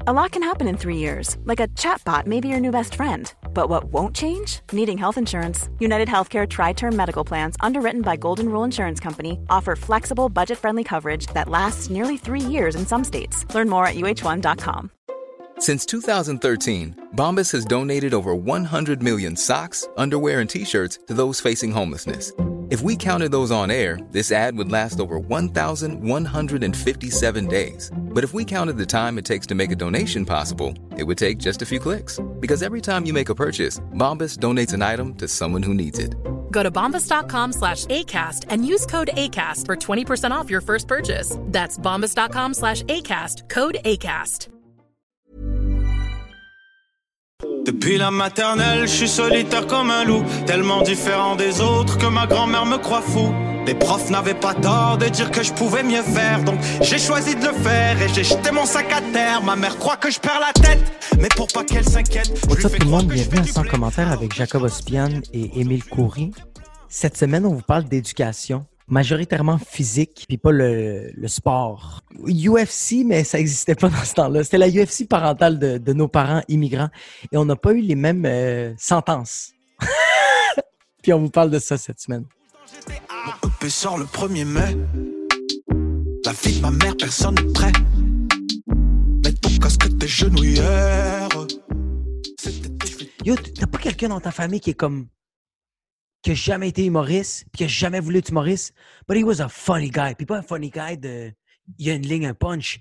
A lot can happen in 3 years, like a chatbot may be your new best friend. But what won't change? Needing health insurance. United Healthcare Tri-Term Medical Plans, underwritten by Golden Rule Insurance Company, offer flexible, budget-friendly coverage that lasts nearly 3 years in some states. Learn more at uh1.com. Since 2013, Bombas has donated over 100 million socks, underwear, and T-shirts to those facing homelessness. If we counted those on air, this ad would last over 1,157 days. But if we counted the time it takes to make a donation possible, it would take just a few clicks. Because every time you make a purchase, Bombas donates an item to someone who needs it. Go to bombas.com/ACAST and use code ACAST for 20% off your first purchase. That's bombas.com/ACAST, code ACAST. Depuis la maternelle, je suis solitaire comme un loup, tellement différent des autres que ma grand-mère me croit fou. Les profs n'avaient pas tort de dire que je pouvais mieux faire, donc j'ai choisi de le faire et j'ai jeté mon sac à terre. Ma mère croit que je perds la tête, mais pour pas qu'elle s'inquiète. What's up tout le monde, bienvenue à 100 commentaires avec Jacob Ospian et Émile Coury. Cette semaine, on vous parle d'éducation, majoritairement physique, puis pas le sport. UFC, mais ça n'existait pas dans ce temps-là. C'était la UFC parentale de nos parents immigrants et on n'a pas eu les mêmes sentences. Puis on vous parle de ça cette semaine. Mon EP sort le 1er mai. La vie de ma mère, personne n'est prêt. Mets ton casque, tes genouillères. Yo, t'as pas quelqu'un dans ta famille qui est comme... qui n'a jamais été humoriste, puis qui n'a jamais voulu être humoriste, but he was a funny guy. Puis pas un funny guy de... Il y a une ligne, un punch.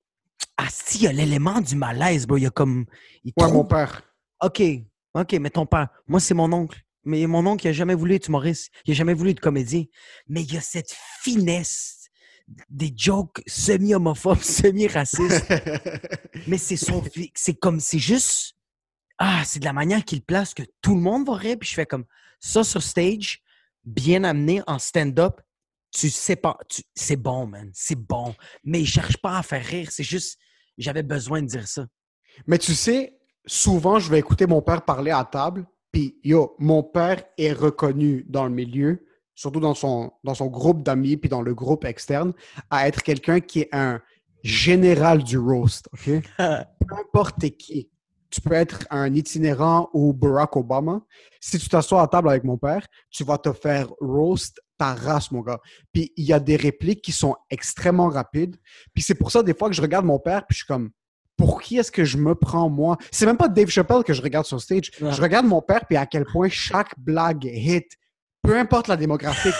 Ah si, il y a l'élément du malaise, bro. Il y a comme... Mon père. OK, mais ton père. Moi, c'est mon oncle. Mais mon oncle, il n'a jamais voulu être humoriste. Il n'a jamais voulu être comédien. Mais il y a cette finesse des jokes semi-homophobes, semi-racistes. Mais c'est comme... C'est juste... Ah, c'est de la manière qu'il place que tout le monde va rire. Puis je fais comme... Ça, sur stage, bien amené en stand-up, tu sais pas, c'est bon, man, c'est bon. Mais il cherche pas à faire rire, c'est juste, j'avais besoin de dire ça. Mais tu sais, souvent, je vais écouter mon père parler à table, puis mon père est reconnu dans le milieu, surtout dans son groupe d'amis, puis dans le groupe externe, à être quelqu'un qui est un général du roast, OK? Peu importe qui. Tu peux être un itinérant ou Barack Obama. Si tu t'assois à table avec mon père, tu vas te faire roast ta race, mon gars. Puis il y a des répliques qui sont extrêmement rapides. Puis c'est pour ça, des fois, que je regarde mon père, puis je suis comme, pour qui est-ce que je me prends, moi? C'est même pas Dave Chappelle que je regarde sur stage. Ouais. Je regarde mon père, puis à quel point chaque blague hit, peu importe la démographie.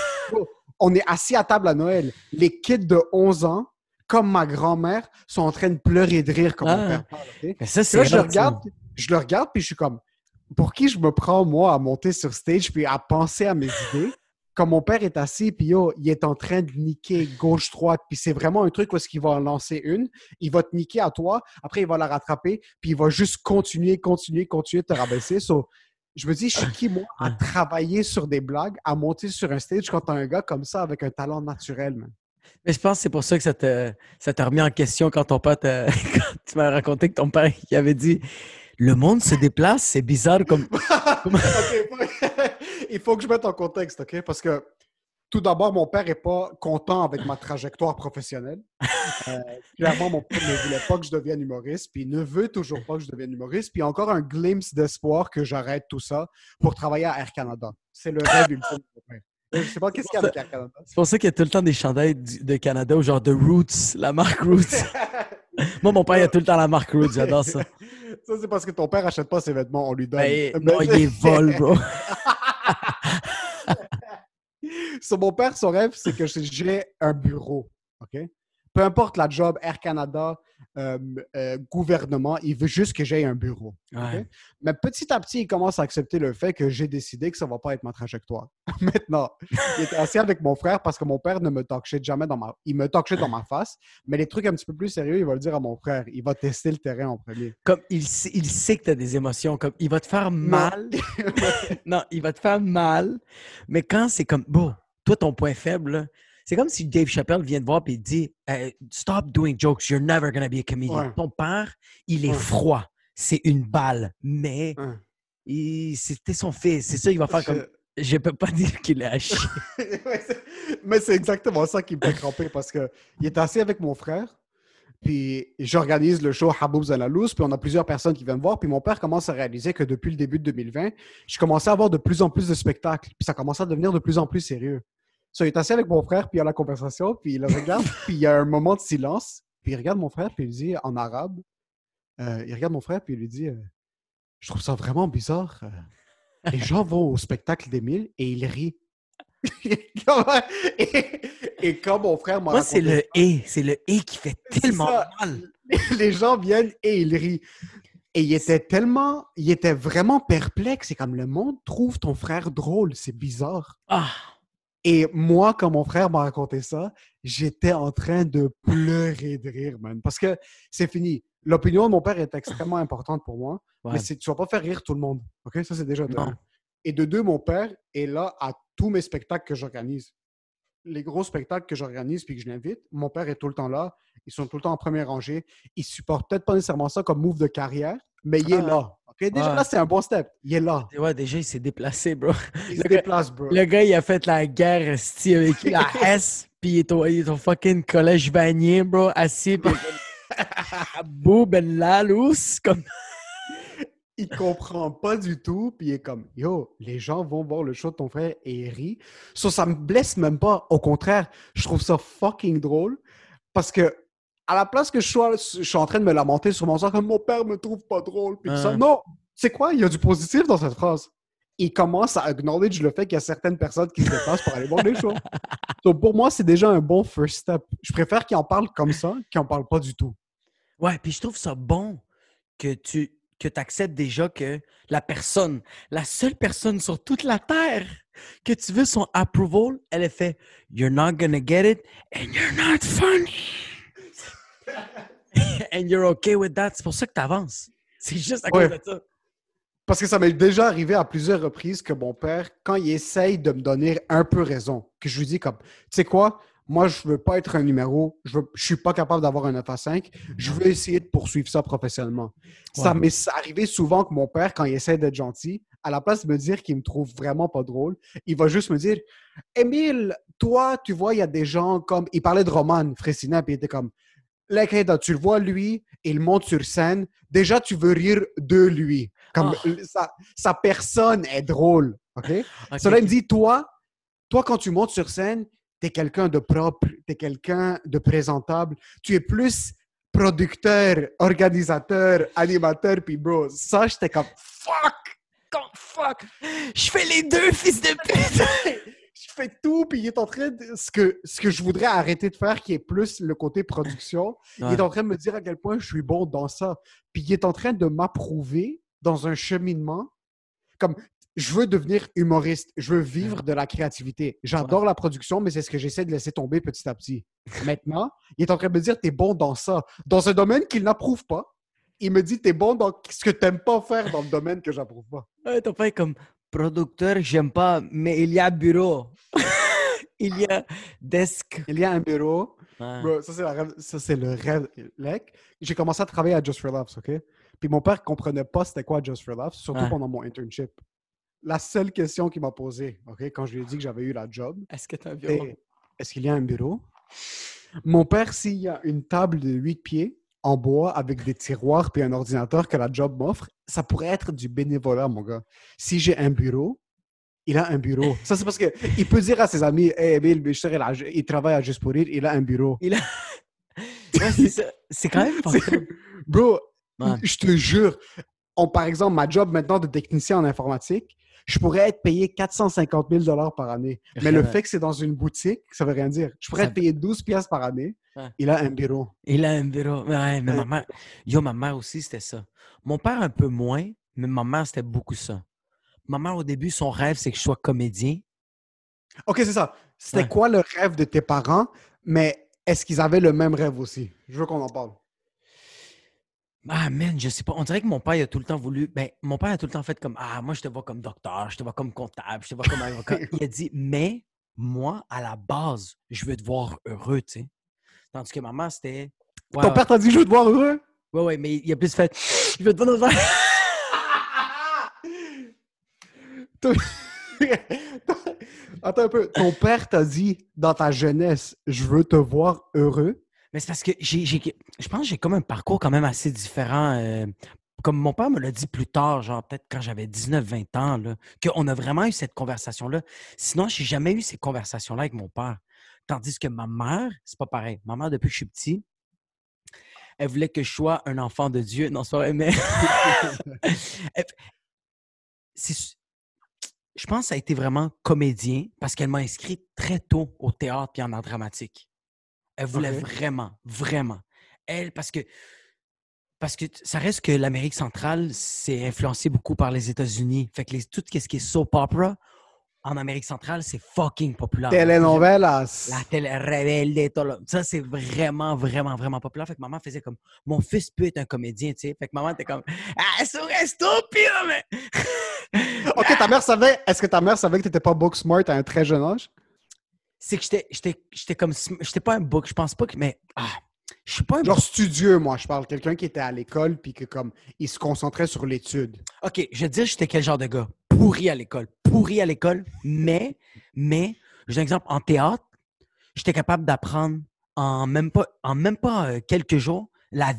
On est assis à table à Noël. Les kids de 11 ans, comme ma grand-mère, sont en train de pleurer de rire comme mon père parle. Okay? Mais ça, c'est là, je le regarde, puis je suis comme, pour qui je me prends, moi, à monter sur stage puis à penser à mes idées? Comme mon père est assis, puis il est en train de niquer gauche-droite, puis c'est vraiment un truc où est-ce qu'il va en lancer une, il va te niquer à toi, après il va la rattraper, puis il va juste continuer de te rabaisser. So, je me dis, je suis qui, moi, à travailler sur des blagues, à monter sur un stage quand t'as un gars comme ça avec un talent naturel, man. Mais je pense que c'est pour ça que ça t'a remis en question quand ton père quand tu m'as raconté que ton père il avait dit le monde se déplace, c'est bizarre comme... Okay, il faut que je mette en contexte, OK? Parce que tout d'abord, mon père n'est pas content avec ma trajectoire professionnelle. Clairement, mon père ne voulait pas que je devienne humoriste, puis il ne veut toujours pas que je devienne humoriste. Puis encore un glimpse d'espoir que j'arrête tout ça pour travailler à Air Canada. C'est le rêve ultime de mon père. Je sais pas qu'est-ce qu'il y a avec Air Canada. C'est pour ça qu'il y a tout le temps des chandails de Canada ou genre de Roots, la marque Roots. Moi, mon père, il a tout le temps la marque Roots, j'adore ça. Ça, c'est parce que ton père achète pas ses vêtements, on lui donne. Non, il les vole, bro. Sur mon père, son rêve, c'est que j'ai un bureau, OK? Peu importe la job, Air Canada, gouvernement, il veut juste que j'aie un bureau. Ouais. Okay? Mais petit à petit, il commence à accepter le fait que j'ai décidé que ça ne va pas être ma trajectoire. Maintenant, il était assis avec mon frère parce que mon père ne me talk shit jamais il me talk shit dans ma face, mais les trucs un petit peu plus sérieux, il va le dire à mon frère. Il va tester le terrain en premier. Comme il sait que tu as des émotions, comme il va te faire mal. Non, il va te faire mal, mais quand c'est comme, bon, toi, ton point faible, là, c'est comme si Dave Chappelle vient te voir et il dit Stop doing jokes, you're never gonna be a comedian. Ouais. Ton père, il est froid. C'est une balle. Mais c'était son fils. C'est ça, il va faire comme. Je peux pas dire qu'il est à chier. Mais c'est exactement ça qui me fait cramper parce qu'il est assis avec mon frère. Puis j'organise le show Haboub Zanalouz, puis on a plusieurs personnes qui viennent me voir. Puis mon père commence à réaliser que depuis le début de 2020, je commençais à avoir de plus en plus de spectacles. Puis ça commençait à devenir de plus en plus sérieux. So, il est assis avec mon frère, puis il y a la conversation, puis il le regarde, puis il y a un moment de silence. Puis il regarde mon frère, puis il dit en arabe, il regarde mon frère, puis il lui dit je trouve ça vraiment bizarre. Les gens vont au spectacle d'Émile et ils rient. et quand mon frère m'a Moi, raconté c'est le et qui fait tellement ça. mal. Les gens viennent et ils rient. Et il était vraiment perplexe. C'est comme le monde trouve ton frère drôle. C'est bizarre. Ah, Et moi, quand mon frère m'a raconté ça, j'étais en train de pleurer de rire, man. Parce que c'est fini. L'opinion de mon père est extrêmement importante pour moi. ouais. Mais tu vas pas faire rire tout le monde. OK? Ça, c'est déjà de Non. un. Et de deux, mon père est là à tous mes spectacles que j'organise. Les gros spectacles que j'organise puis que je l'invite, mon père est tout le temps là. Ils sont tout le temps en première rangée. Ils supportent peut-être pas nécessairement ça comme move de carrière, mais il est là. OK? Déjà, Ouais. là, c'est un bon step. Il est là. Ouais, déjà, il s'est déplacé, bro. Il Le se gars- déplace, bro. Le gars, il a fait la guerre esti, avec la S, puis il est au fucking collège Vanier, bro, assis, puis Abou Ben Lalous, comme... Il comprend pas du tout, puis il est comme « Yo, les gens vont voir le show de ton frère et ils rient. » Ça me blesse même pas. Au contraire, je trouve ça fucking drôle parce que à la place que je suis en train de me lamenter sur mon sort comme « Mon père me trouve pas drôle. » Puis tout ça. Non, c'est quoi? Il y a du positif dans cette phrase. Il commence à acknowledge le fait qu'il y a certaines personnes qui se déplacent pour aller voir les shows. Donc pour moi, c'est déjà un bon first step. Je préfère qu'il en parle comme ça qu'il en parle pas du tout. Ouais, puis je trouve ça bon que tu acceptes déjà que la seule personne sur toute la Terre que tu veux son approval, elle est fait « You're not gonna get it and you're not funny. » And you're okay with that. C'est pour ça que tu avances. C'est juste à cause de ça. Parce que ça m'est déjà arrivé à plusieurs reprises que mon père, quand il essaye de me donner un peu raison, que je lui dis comme, tu sais quoi, moi, je veux pas être un numéro, je suis pas capable d'avoir un 9 à 5, je veux essayer de poursuivre ça professionnellement. Ouais. Ça m'est arrivé souvent que mon père, quand il essaie d'être gentil, à la place de me dire qu'il me trouve vraiment pas drôle, il va juste me dire, Émile, toi, tu vois, il y a des gens comme, il parlait de Roman Fressinet, puis il était comme, là, tu le vois, lui, il monte sur scène, déjà, tu veux rire de lui. Comme sa personne est drôle. OK? Cela il me dit, toi, quand tu montes sur scène, tu es quelqu'un de propre, tu es quelqu'un de présentable. Tu es plus producteur, organisateur, animateur, puis bro, ça, j'étais comme fuck! Je fais les deux, fils de pute! Je fais tout, puis il est en train de... Ce que je voudrais arrêter de faire, qui est plus le côté production, il est en train de me dire à quel point je suis bon dans ça. Puis il est en train de m'approuver dans un cheminement. Comme, je veux devenir humoriste. Je veux vivre de la créativité. J'adore la production, mais c'est ce que j'essaie de laisser tomber petit à petit. Maintenant, il est en train de me dire, t'es bon dans ça. Dans un domaine qu'il n'approuve pas, il me dit, t'es bon dans ce que t'aimes pas faire dans le domaine que j'approuve pas. Ouais, ton père comme producteur, j'aime pas, mais il y a bureau. Il y a desk. Il y a un bureau. Ouais. Bro, ça, c'est le rêve. J'ai commencé à travailler à Just for Laughs, OK? Puis mon père ne comprenait pas c'était quoi Just for Laughs, surtout pendant mon internship. La seule question qu'il m'a posée, OK, quand je lui ai dit que j'avais eu la job, Est-ce que tu as un bureau? est-ce qu'il y a un bureau? Mon père, s'il y a une table de 8 pieds en bois avec des tiroirs puis un ordinateur que la job m'offre, ça pourrait être du bénévolat, mon gars. Si j'ai un bureau, il a un bureau. Ça, c'est parce qu'il peut dire à ses amis, « Hey, Emile, il travaille à Juste pour rire, il a un bureau. » Ouais, c'est ça. C'est quand même pas cool. Bro, Man. je te jure, par exemple, ma job maintenant de technicien en informatique, je pourrais être payé 450 000 par année. Mais le fait que c'est dans une boutique, ça veut rien dire. Je pourrais être payé 12 piastres par année. Ouais. Il a un bureau. Il a un bureau. Ouais, mais ma mère aussi, c'était ça. Mon père, un peu moins, mais ma mère, c'était beaucoup ça. Ma mère, au début, son rêve, c'est que je sois comédien. OK, c'est ça. C'était quoi le rêve de tes parents? Mais est-ce qu'ils avaient le même rêve aussi? Je veux qu'on en parle. Ah, man, je sais pas. On dirait que mon père, il a tout le temps voulu... Ben, mon père a tout le temps fait comme, moi, je te vois comme docteur, je te vois comme comptable, je te vois comme avocat. Il a dit, mais moi, à la base, je veux te voir heureux, tu sais. Tandis que ma mère, c'était... Ouais, Ton père t'a dit, je veux te voir heureux? Ouais, mais il a plus fait, je veux te voir heureux. Attends un peu. Ton père t'a dit, dans ta jeunesse, je veux te voir heureux? Mais c'est parce que je pense que j'ai comme un parcours quand même assez différent. Comme mon père me l'a dit plus tard, genre peut-être quand j'avais 19-20 ans, là, qu'on a vraiment eu cette conversation-là. Sinon, j'ai jamais eu ces conversations-là avec mon père. Tandis que ma mère, c'est pas pareil. Ma mère, depuis que je suis petit, elle voulait que je sois un enfant de Dieu. Non, c'est pas vrai, mais Elle- c'est- je pense que ça a été vraiment comédien parce qu'elle m'a inscrit très tôt au théâtre et en art dramatique. Elle voulait OK. vraiment, vraiment. Elle, parce que ça reste que l'Amérique centrale, c'est influencé beaucoup par les États-Unis. Fait que tout ce qui est soap opera, en Amérique centrale, c'est fucking populaire. La Telenovelas. télé rebelde, tout là. Ça, c'est vraiment, vraiment, vraiment populaire. Fait que maman faisait comme, mon fils peut être un comédien, tu sais. Fait que maman était comme, ah, c'est stupide, mais. OK, ta mère savait... Est-ce que ta mère savait que tu n'étais pas book smart à un très jeune âge? C'est que j'étais comme, j'étais pas un book, je pense pas que, mais, je suis pas un Genre studieux, moi, je parle. Quelqu'un qui était à l'école puis que comme il se concentrait sur l'étude. OK, je vais te dire, j'étais quel genre de gars? Pourri à l'école. Pourri à l'école, mais, j'ai un exemple, en théâtre, j'étais capable d'apprendre en même pas quelques jours,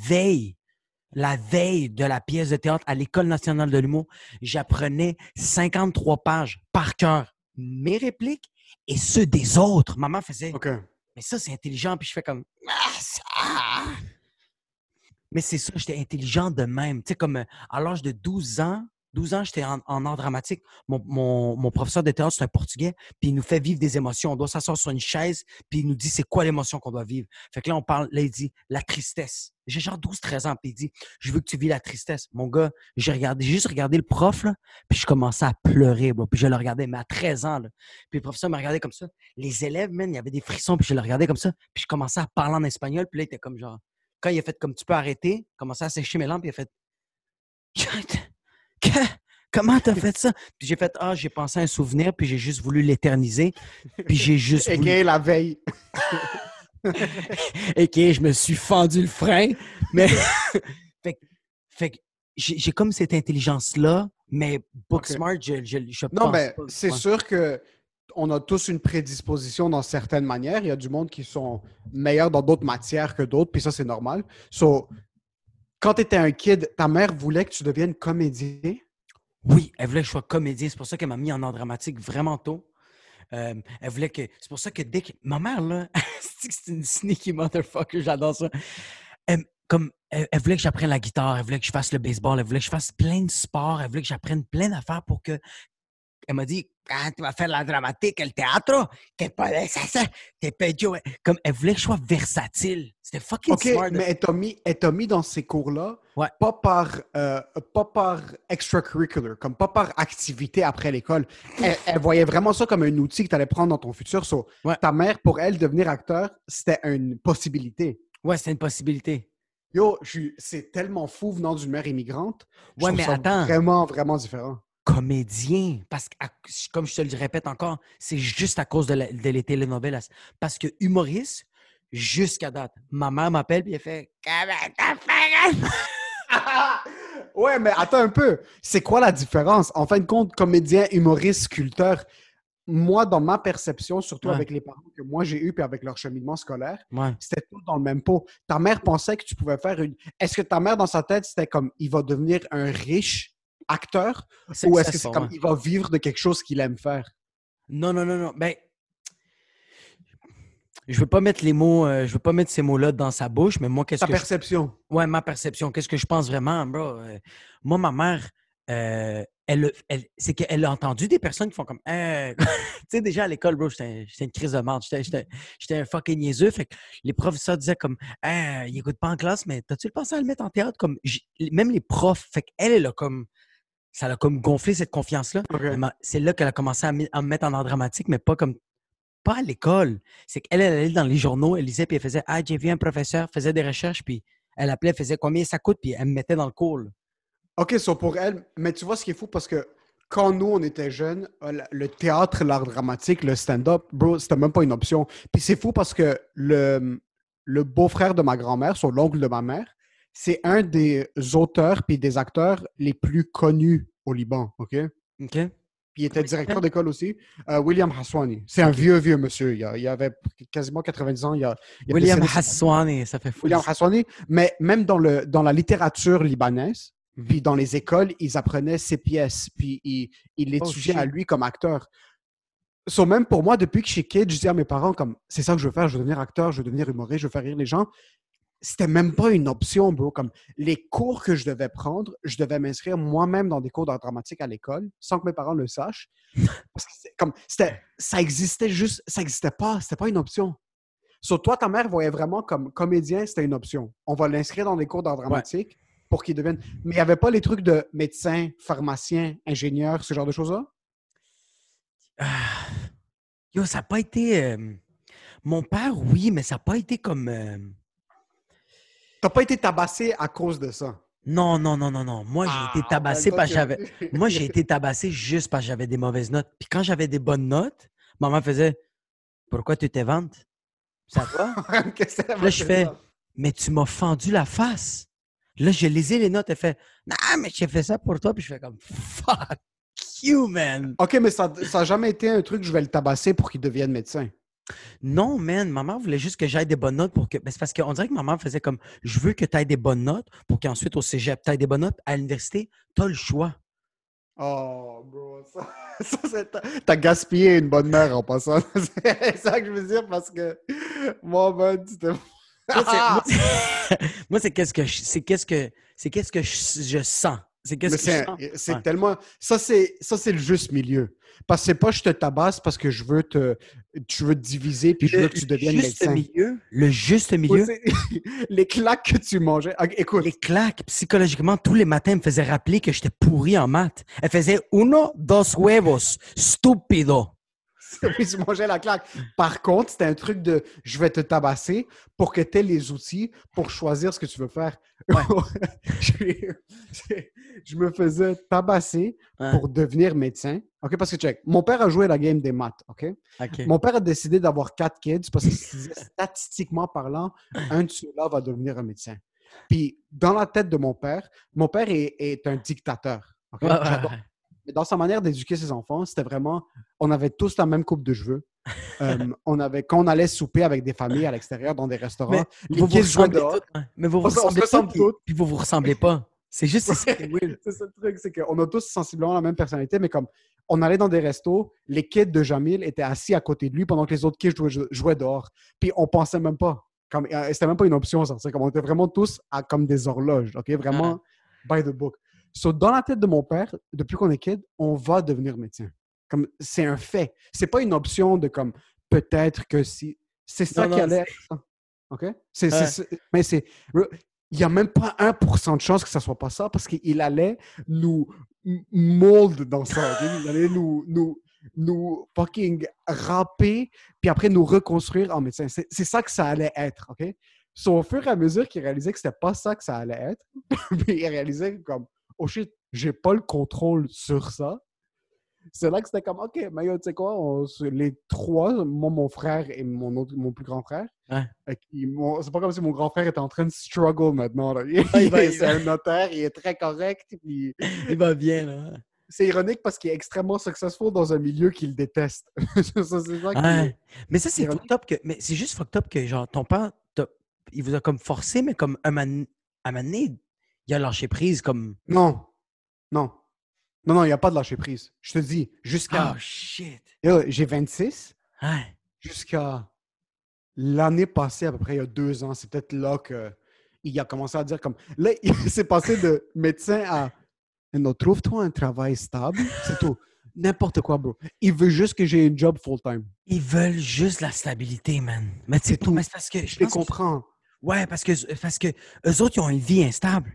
la veille de la pièce de théâtre à l'École nationale de l'humour, j'apprenais 53 pages par cœur, mes répliques et ceux des autres. Maman faisait, OK. mais ça, c'est intelligent. Puis je fais comme, ah, ça. Mais c'est ça, j'étais intelligent de même. Tu sais, comme à l'âge de 12 ans, j'étais en art dramatique. Mon professeur de théâtre, c'est un Portugais, puis il nous fait vivre des émotions. On doit s'asseoir sur une chaise, puis il nous dit c'est quoi l'émotion qu'on doit vivre. Fait que là, on parle, là, il dit la tristesse. J'ai genre 12-13 ans, puis il dit je veux que tu vis la tristesse. Mon gars, j'ai juste regardé le prof, là, puis je commençais à pleurer, bro. Puis je le regardais, mais à 13 ans, là. Puis le professeur me regardait comme ça. Les élèves, man, il y avait des frissons, puis je le regardais comme ça. Puis je commençais à parler en espagnol, puis là, il était comme genre. Quand il a fait comme tu peux arrêter, commencer à sécher mes lampes, il a fait comment t'as fait ça? Puis j'ai fait j'ai pensé à un souvenir, puis j'ai juste voulu l'éterniser, puis j'ai juste Et voulu. la veille. OK, je me suis fendu le frein, mais fait que j'ai comme cette intelligence-là, mais book OK. smart, je Non, pense mais pas. c'est Ouais. sûr que on a tous une prédisposition dans certaines manières. Il y a du monde qui sont meilleurs dans d'autres matières que d'autres, puis ça, c'est normal. So, quand tu étais un kid, ta mère voulait que tu deviennes comédien. Oui, elle voulait que je sois comédien. C'est pour ça qu'elle m'a mis en art dramatique vraiment tôt. Elle voulait que. C'est pour ça que dès que. Ma mère, là, c'est une sneaky motherfucker, j'adore ça. Elle voulait que j'apprenne la guitare, elle voulait que je fasse le baseball, elle voulait que je fasse plein de sports, elle voulait que j'apprenne plein d'affaires pour que. Elle m'a dit, tu vas faire la dramatique, le théâtre, que puedes hacer, te pedio. Comme elle voulait que je sois versatile. C'était fucking OK, smart. mais elle t'a mis dans ces cours-là, Ouais. pas par extracurricular, comme pas par activité après l'école. Elle voyait vraiment ça comme un outil que tu allais prendre dans ton futur. So, Ouais. ta mère, pour elle, devenir acteur, c'était une possibilité. Ouais, c'était une possibilité. Yo, c'est tellement fou venant d'une mère immigrante. Je Ouais, trouve mais ça attends. vraiment, vraiment différent. Comédien. Parce que, comme je te le répète encore, c'est juste à cause de les telenovelas. Parce que humoriste, jusqu'à date, ma mère m'appelle et elle fait comment t'as fait? Ouais, mais attends un peu. C'est quoi la différence? En fin de compte, comédien, humoriste, sculpteur, moi, dans ma perception, surtout Ouais. avec les parents que moi j'ai eus puis avec leur cheminement scolaire, Ouais. c'était tout dans le même pot. Ta mère pensait que tu pouvais faire une. Est-ce que ta mère, dans sa tête, c'était comme il va devenir un riche acteur ou est-ce que c'est comme Ouais. il va vivre de quelque chose qu'il aime faire? Non. Ben, je veux pas mettre je veux pas mettre ces mots-là dans sa bouche, mais moi, Ta perception. Ouais, ma perception. Qu'est-ce que je pense vraiment, bro? Moi, ma mère, c'est qu'elle a entendu des personnes qui font comme, tu sais, déjà à l'école, bro, j'étais une crise de merde. J'étais un fucking niaiseux. Fait que les professeurs disaient comme, il écoute pas en classe, mais t'as-tu pensé à le mettre en théâtre? Comme, même les profs, fait qu'elle, elle a comme, ça l'a comme gonflé cette confiance-là. OK. C'est là qu'elle a commencé à me mettre en art dramatique, mais pas à l'école. C'est qu'elle allait dans les journaux, elle lisait, puis elle faisait, j'ai vu un professeur, faisait des recherches, puis elle appelait, faisait combien ça coûte, puis elle me mettait dans le cours, là. OK, so pour elle, mais tu vois ce qui est fou parce que quand nous, on était jeunes, le théâtre, l'art dramatique, le stand-up, bro, c'était même pas une option. Puis c'est fou parce que le beau-frère de ma grand-mère, son l'oncle de ma mère, c'est un des auteurs puis des acteurs les plus connus au Liban, OK? OK? Puis il était directeur d'école aussi. William Haswani. C'est un vieux monsieur. Il avait quasiment 90 ans. Il a William décédé- Haswani, ça fait fou. William Haswani. Mais même dans la littérature libanaise, puis dans les écoles, ils apprenaient ses pièces. Puis ils l'étudiaient à lui comme acteur. So, même pour moi, depuis que je suis kid, je dis à mes parents comme c'est ça que je veux faire, je veux devenir acteur, je veux devenir humoriste, je veux faire rire les gens. C'était même pas une option, bro. Comme les cours que je devais prendre, je devais m'inscrire moi-même dans des cours d'art dramatique à l'école, sans que mes parents le sachent. Parce que ça existait pas, c'était pas une option. So, toi, ta mère voyait vraiment comme comédien, c'était une option. On va l'inscrire dans des cours d'art dramatique pour qu'il devienne. Mais il n'y avait pas les trucs de médecin, pharmacien, ingénieur, ce genre de choses-là? Yo, ça n'a pas été... Mon père, oui, mais ça n'a pas été comme... T'as pas été tabassé à cause de ça? Non. Moi, j'ai été tabassé parce que j'avais... Moi, j'ai été tabassé juste parce que j'avais des mauvaises notes. Puis quand j'avais des bonnes notes, maman faisait « Pourquoi tu t'éventes? » Ça va? Là, je fais « Mais tu m'as fendu la face. » Là, je lisais les notes. Elle fait « Non, mais j'ai fait ça pour toi. » Puis je fais comme « Fuck you, man. » OK, mais ça n'a jamais été un truc, je vais le tabasser pour qu'il devienne médecin. Non, man, ma mère voulait juste que j'aille des bonnes notes pour que. Ben, c'est parce qu'on dirait que ma mère faisait comme je veux que tu aies des bonnes notes pour qu'ensuite au cégep, tu aies des bonnes notes. À l'université, tu as le choix. Oh, bro, t'as gaspillé une bonne mère en passant. C'est ça que je veux dire parce que moi, man, c'était. Moi, c'est qu'est-ce que je sens. C'est qu'est-ce que je sens. C'est Ouais. tellement. Ça, c'est le juste milieu. Parce que c'est pas je te tabasse parce que je veux te diviser puis je veux que tu deviennes médecin. Le juste milieu. Les claques que tu mangeais. Ok, écoute. Les claques, psychologiquement, tous les matins, elle me faisait rappeler que j'étais pourri en maths. Elle faisait uno, dos huevos, stupido. Oui, tu mangeais la claque. Par contre, c'était un truc de je vais te tabasser pour que tu aies les outils pour choisir ce que tu veux faire. Ouais. Je me faisais tabasser Ouais. pour devenir médecin. OK? Parce que, check, mon père a joué la game des maths. OK? OK. Mon père a décidé d'avoir 4 kids parce que statistiquement parlant, un de ceux-là va devenir un médecin. Puis, dans la tête de mon père est un dictateur. OK? Ouais. J'adore. Mais dans sa manière d'éduquer ses enfants, c'était vraiment... On avait tous la même coupe de cheveux. Quand on allait souper avec des familles à l'extérieur, dans des restaurants, Mais les vous kids jouaient ressemblez dehors. tous, hein. Mais vous vous On se ressemblez ressemble tous, tous. puis vous vous ressemblez pas. C'est juste c'est ça qui est weird. C'est ça le truc, c'est qu'on a tous sensiblement la même personnalité, mais comme on allait dans des restos, les kids de Jamil étaient assis à côté de lui pendant que les autres kids jouaient dehors. Puis on pensait même pas. C'était même pas une option, ça. C'est comme on était vraiment tous comme des horloges, OK? Vraiment, by the book. So, dans la tête de mon père, depuis qu'on est kid, on va devenir médecin. Comme, c'est un fait. C'est pas une option de comme, peut-être que si... C'est ça qui allait être ça. OK? Mais c'est... Il n'y a même pas 1% de chance que ça soit pas ça parce qu'il allait nous mold dans ça. Okay? Il allait nous fucking râper puis après nous reconstruire en médecin. C'est ça que ça allait être. OK? So, au fur et à mesure qu'il réalisait que c'était pas ça que ça allait être, puis il réalisait comme oh shit, j'ai pas le contrôle sur ça. C'est là que c'était comme, OK, mais tu sais quoi, les trois, moi, mon frère et mon plus grand frère, c'est pas comme si mon grand frère était en train de struggle maintenant. Là. C'est un notaire, il est très correct. Puis... Il va bien, là. C'est ironique parce qu'il est extrêmement successful dans un milieu qu'il déteste. C'est ça Mais ça, c'est fucked up mais c'est juste fucked up que, genre, ton père, il vous a comme forcé, mais comme à un moment donné, il a lâché prise, comme... Non, il n'y a pas de lâcher prise. Je te dis, jusqu'à... Oh, shit! J'ai 26. Ouais. Jusqu'à l'année passée, à peu près il y a 2 ans, c'est peut-être là qu'il a commencé à dire comme... Là, il s'est passé de médecin à... Non, trouve-toi un travail stable, c'est tout. N'importe quoi, bro. Il veut juste que j'ai un job full-time. Ils veulent juste la stabilité, man. Mais c'est tout. Mais c'est parce que... Je les comprends. Ouais, parce que eux autres, ils ont une vie instable.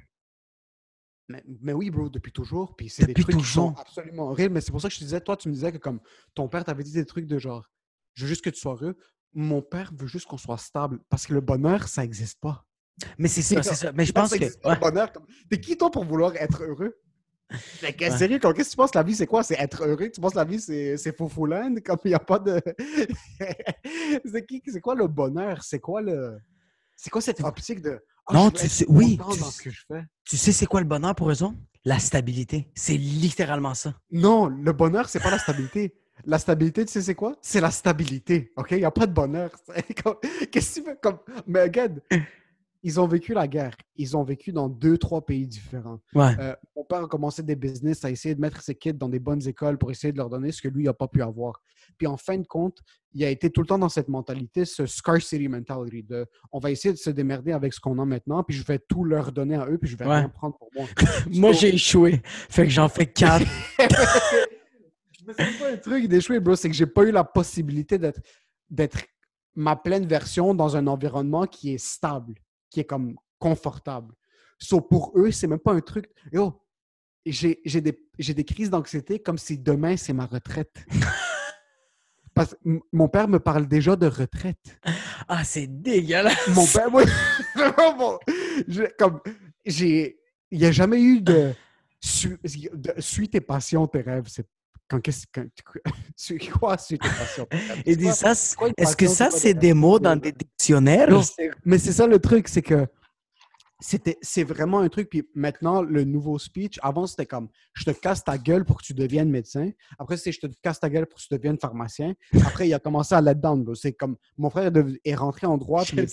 Mais oui, bro, depuis toujours. Puis c'est des trucs qui sont absolument horribles. Mais c'est pour ça que je te disais, toi, tu me disais que comme ton père t'avait dit des trucs de genre, je veux juste que tu sois heureux. Mon père veut juste qu'on soit stable. Parce que le bonheur, ça n'existe pas. Mais c'est ça. Mais je pense que... Le bonheur, t'es qui toi pour vouloir être heureux? Sérieux, qu'est-ce que tu penses la vie, c'est quoi? C'est être heureux? Tu penses la vie, c'est faux-fouland? Comme il n'y a pas de... c'est quoi le bonheur? C'est quoi cette optique de... non, tu sais, oui. Dans ce que je fais. Tu sais c'est quoi le bonheur pour eux autres? La stabilité. C'est littéralement ça. Non, le bonheur, c'est pas la stabilité. La stabilité, tu sais, c'est quoi? C'est la stabilité, OK? Il n'y a pas de bonheur. Qu'est-ce que tu veux? Mais regarde, ils ont vécu la guerre. Ils ont vécu dans 2-3 pays différents. Ouais. Mon père a commencé des business, a essayé de mettre ses kids dans des bonnes écoles pour essayer de leur donner ce que lui n'a pas pu avoir. Puis en fin de compte, il a été tout le temps dans cette mentalité, ce scarcity mentality de on va essayer de se démerder avec ce qu'on a maintenant, puis je vais tout leur donner à eux, puis je vais rien prendre pour moi. Moi, j'ai échoué. Fait que j'en fais 4. Mais c'est pas un truc d'échouer, bro. C'est que j'ai pas eu la possibilité d'être ma pleine version dans un environnement qui est stable, qui est comme confortable. So, pour eux, c'est même pas un truc. Yo, j'ai des crises d'anxiété comme si demain, c'est ma retraite. Parce que mon père me parle déjà de retraite. Ah, c'est dégueulasse. Mon père, oui. Il n'y a jamais eu de suis tes passions, tes rêves. C'est quoi, suis tes passions? Et dis ça, est-ce que ça, c'est des mots dans des dictionnaires? Non, mais c'est ça le truc, c'est que c'est vraiment un truc. Puis maintenant, le nouveau speech, avant, c'était comme je te casse ta gueule pour que tu deviennes médecin. Après, c'est je te casse ta gueule pour que tu deviennes pharmacien. Après, il a commencé à let down. Bro. C'est comme mon frère est rentré en droit. Puis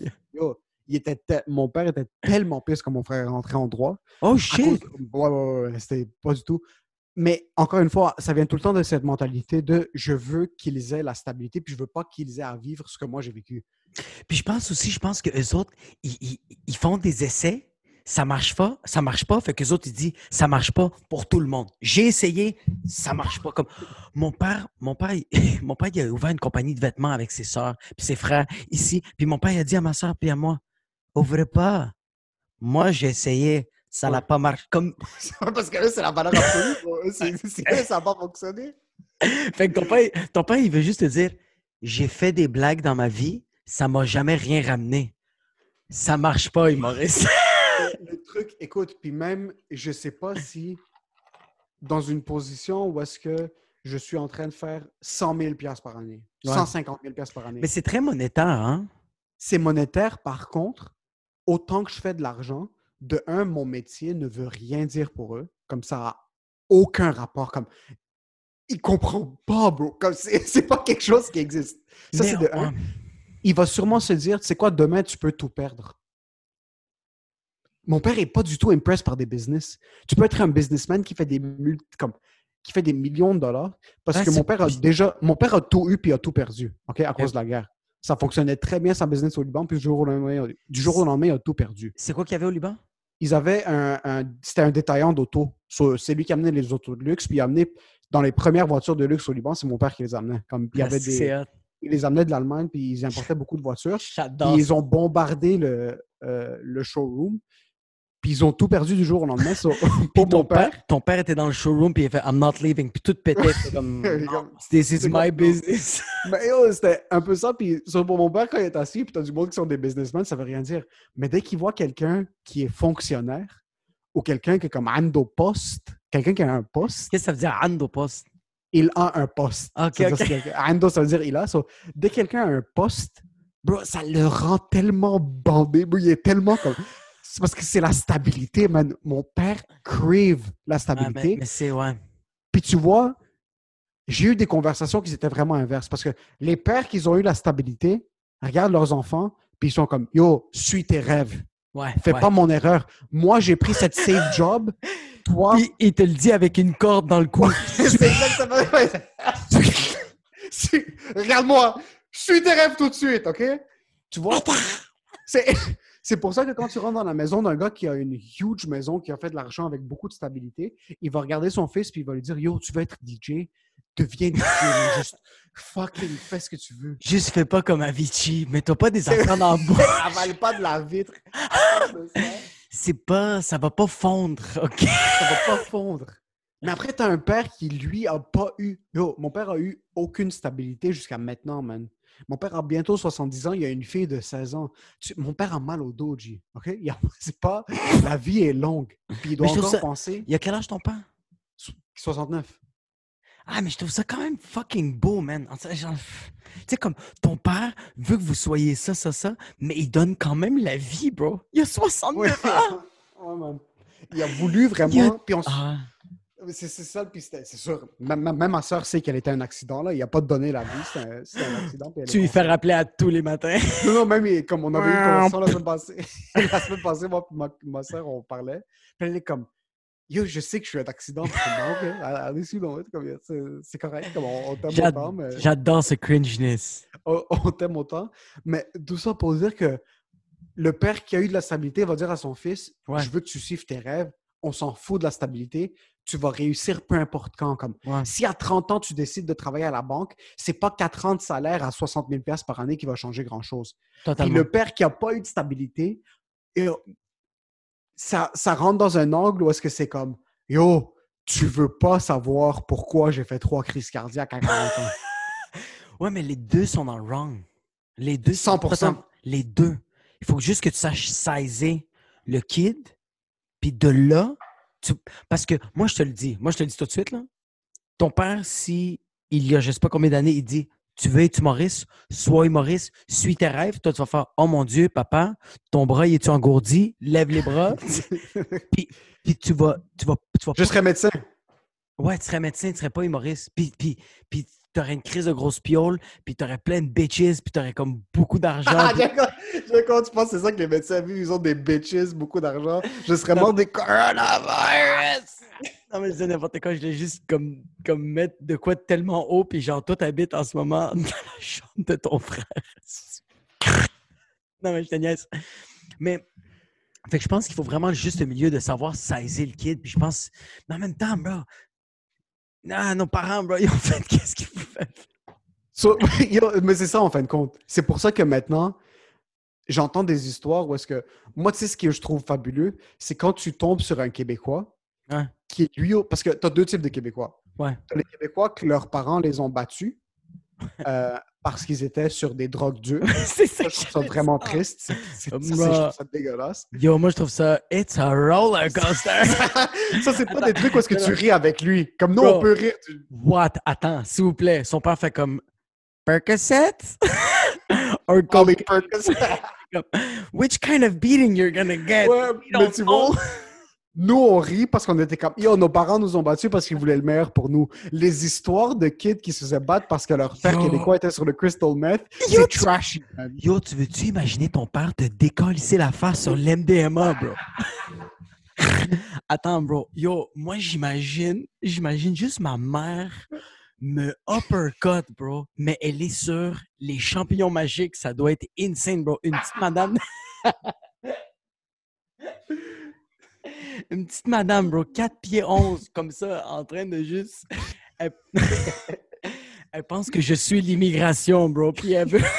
mon père était tellement pisse quand mon frère est rentré en droit. Oh shit! Ouais, c'était pas du tout. Mais encore une fois, ça vient tout le temps de cette mentalité de je veux qu'ils aient la stabilité, puis je veux pas qu'ils aient à vivre ce que moi j'ai vécu. Puis je pense que eux autres, ils font des essais, ça marche pas, fait qu'eux autres, ils disent ça marche pas pour tout le monde. J'ai essayé, ça marche pas. Comme mon père, il a ouvert une compagnie de vêtements avec ses sœurs puis ses frères ici. Puis mon père, il a dit à ma sœur puis à moi, ouvrez pas. Moi, j'ai essayé. Ça n'a pas marché. Comme... Parce que là, c'est la valeur absolue. Ça n'a pas fonctionné. Fait que ton père, il veut juste te dire j'ai fait des blagues dans ma vie, ça m'a jamais rien ramené. Ça marche pas, Maurice. Le truc, écoute, puis même, je sais pas si dans une position où est-ce que je suis en train de faire 100 000 $ par année, 150 000 $ par année. Mais c'est très monétaire, hein? C'est monétaire, par contre, autant que je fais de l'argent, de un, mon métier ne veut rien dire pour eux. Comme ça n'a aucun rapport. Comme, ils ne comprennent pas, bro. Comme c'est pas quelque chose qui existe. Ça, c'est de un. Il va sûrement se dire, tu sais quoi, demain, tu peux tout perdre. Mon père n'est pas du tout impressed par des business. Tu peux être un businessman qui fait des millions de dollars parce que mon père a tout eu puis a tout perdu, OK, à cause de la guerre. Ça fonctionnait très bien, sa business au Liban, puis du jour au lendemain, il a tout perdu. C'est quoi qu'il y avait au Liban? Ils avaient c'était un détaillant d'auto. C'est lui qui amenait les autos de luxe, puis il a amené dans les premières voitures de luxe au Liban, c'est mon père qui les amenait. Comme, il les amenait de l'Allemagne, puis ils importaient beaucoup de voitures. J'adore. Puis ils ont bombardé le showroom, puis ils ont tout perdu du jour au lendemain. Pour ton père, ton père était dans le showroom, puis il a fait « I'm not leaving », puis tout pétait. Comme « This is my business ». Mais c'était un peu ça. Puis pour mon père, quand il est assis, puis tu as du monde qui sont des businessmen, ça veut rien dire. Mais dès qu'il voit quelqu'un qui est fonctionnaire ou quelqu'un qui est comme Ando Post, quelqu'un qui a un poste. Qu'est-ce que ça veut dire Ando Post? Il a un poste. OK. Ando, ça veut dire il a. Dès que quelqu'un a un poste, bro, ça le rend tellement bandé. Bro, il est tellement comme... C'est parce que c'est la stabilité, man. Mon père crave la stabilité. Mais c'est, ouais. Puis tu vois, j'ai eu des conversations qui étaient vraiment inverses. Parce que les pères qui ont eu la stabilité regardent leurs enfants, puis ils sont comme « Yo, suis tes rêves. Fais pas mon erreur. Moi, j'ai pris cette safe job. Toi... » Puis il te le dit avec une corde dans le cou. C'est exactement... Regarde-moi. Suis tes rêves tout de suite, OK? Tu vois? C'est pour ça que quand tu rentres dans la maison d'un gars qui a une huge maison, qui a fait de l'argent avec beaucoup de stabilité, il va regarder son fils puis il va lui dire « Yo, tu veux être DJ? Deviens DJ. Juste fucking fais ce que tu veux. » Juste fais pas comme Avicii. Mets-toi pas des enfants dans le bois. Avale pas de la vitre. Ça va pas fondre, OK? Ça va pas fondre. Mais après, t'as un père qui, lui, a pas eu... Yo, mon père a eu aucune stabilité jusqu'à maintenant, man. Mon père a bientôt 70 ans, il a une fille de 16 ans. Mon père a mal au dos, G. OK? C'est pas... La vie est longue. Puis il doit encore penser... Il a quel âge ton père? 69. Ah, mais je trouve ça quand même fucking beau, man. Tu sais, comme ton père veut que vous soyez ça, mais il donne quand même la vie, bro. Il a 69 ans! Ouais, man. il a voulu vraiment. Puis Ah. c'est ça, puis c'est sûr. Même ma soeur sait qu'elle était un accident, là. Il n'a pas donné la vie, c'est un accident. Puis elle Tu est lui fais morte. rappeler à tous les matins. Non, même comme on avait eu une conversation la semaine passée. La semaine passée, moi et ma soeur, on parlait. Puis elle est comme, yo, je sais que je suis un accident. Puis je suis comme, ok, allez-y, donc, c'est correct. Comme on t'aime autant, mais J'adore ce cringeness. on t'aime autant. Mais tout ça pour dire que le père qui a eu de la stabilité va dire à son fils, Ouais. je veux que tu suives tes rêves. On s'en fout de la stabilité. Tu vas réussir peu importe quand. Comme. Ouais. Si à 30 ans, tu décides de travailler à la banque, c'est pas 4 ans de salaire à 60 000 $ par année qui va changer grand-chose. Puis Totalement. le père qui n'a pas eu de stabilité, et ça rentre dans un angle où est-ce que c'est comme, yo, tu veux pas savoir pourquoi j'ai fait 3 crises cardiaques à 40 ans. Ouais, mais les deux sont dans le wrong. Les deux. 100%. Les deux. Il faut juste que tu saches saisir le kid, puis de là, parce que moi, je te le dis tout de suite, là. Ton père, si il y a je sais pas combien d'années, il dit tu veux être humoriste, sois humoriste, suis tes rêves. Toi, tu vas faire oh mon Dieu, papa, ton bras, il est-tu engourdi? Lève les bras. puis tu vas Je serais médecin. Ouais, tu serais médecin, tu serais pas humoriste. Puis tu aurais une crise de grosse piole, puis tu aurais plein de bitches, puis tu aurais comme beaucoup d'argent. Ah, puis- d'accord, tu penses que c'est ça que les médecins vivent, ils ont des bitches, beaucoup d'argent. Je serais mort des coronavirus. Non, mais je dis n'importe quoi, je voulais juste comme mettre de quoi de tellement haut, puis genre, toi, t'habites en ce moment dans la chambre de ton frère. Non, mais je te niaise. Mais, fait que je pense qu'il faut vraiment le juste milieu de savoir saisir le kid, puis je pense, mais en même temps, bro, non, nos parents, bro, ils ont fait qu'est-ce qu'ils pouvaient faire. Mais c'est ça, en fin de compte. C'est pour ça que maintenant, j'entends des histoires où est-ce que... Moi, tu sais, ce que je trouve fabuleux, c'est quand tu tombes sur un Québécois Ouais. qui est lui... Parce que tu as deux types de Québécois. Ouais. Tu as les Québécois que leurs parents les ont battus parce qu'ils étaient sur des drogues dures. C'est ça, Ça, je trouve ça vraiment triste. Je trouve ça dégueulasse. Yo, moi, je trouve ça, it's a roller coaster. Ça, c'est pas des trucs où est-ce que tu ris avec lui. Comme nous, Bro. on peut rire. What? Attends, s'il vous plaît. Son père fait comme Percocet? Or Oh, comme, mais Percocet. which kind of beating you're gonna get? Ouais, We mais don't tu know. vois, nous, on rit parce qu'on était comme, yo, nos parents nous ont battus parce qu'ils voulaient le meilleur pour nous. Les histoires de kids qui se faisaient battre parce que leur père Yo. québécois était sur le crystal meth, Yo, c'est trashy, man. Yo, tu veux-tu imaginer ton père te décalisser la face sur l'MDMA, bro? Attends, bro. Yo, moi, j'imagine juste ma mère me uppercut, bro, mais elle est sur les champignons magiques. Ça doit être insane, bro. Une petite madame... Une petite madame, bro, 4 pieds 11, comme ça, en train de juste... Elle, elle pense que je suis l'immigration, bro, puis elle veut...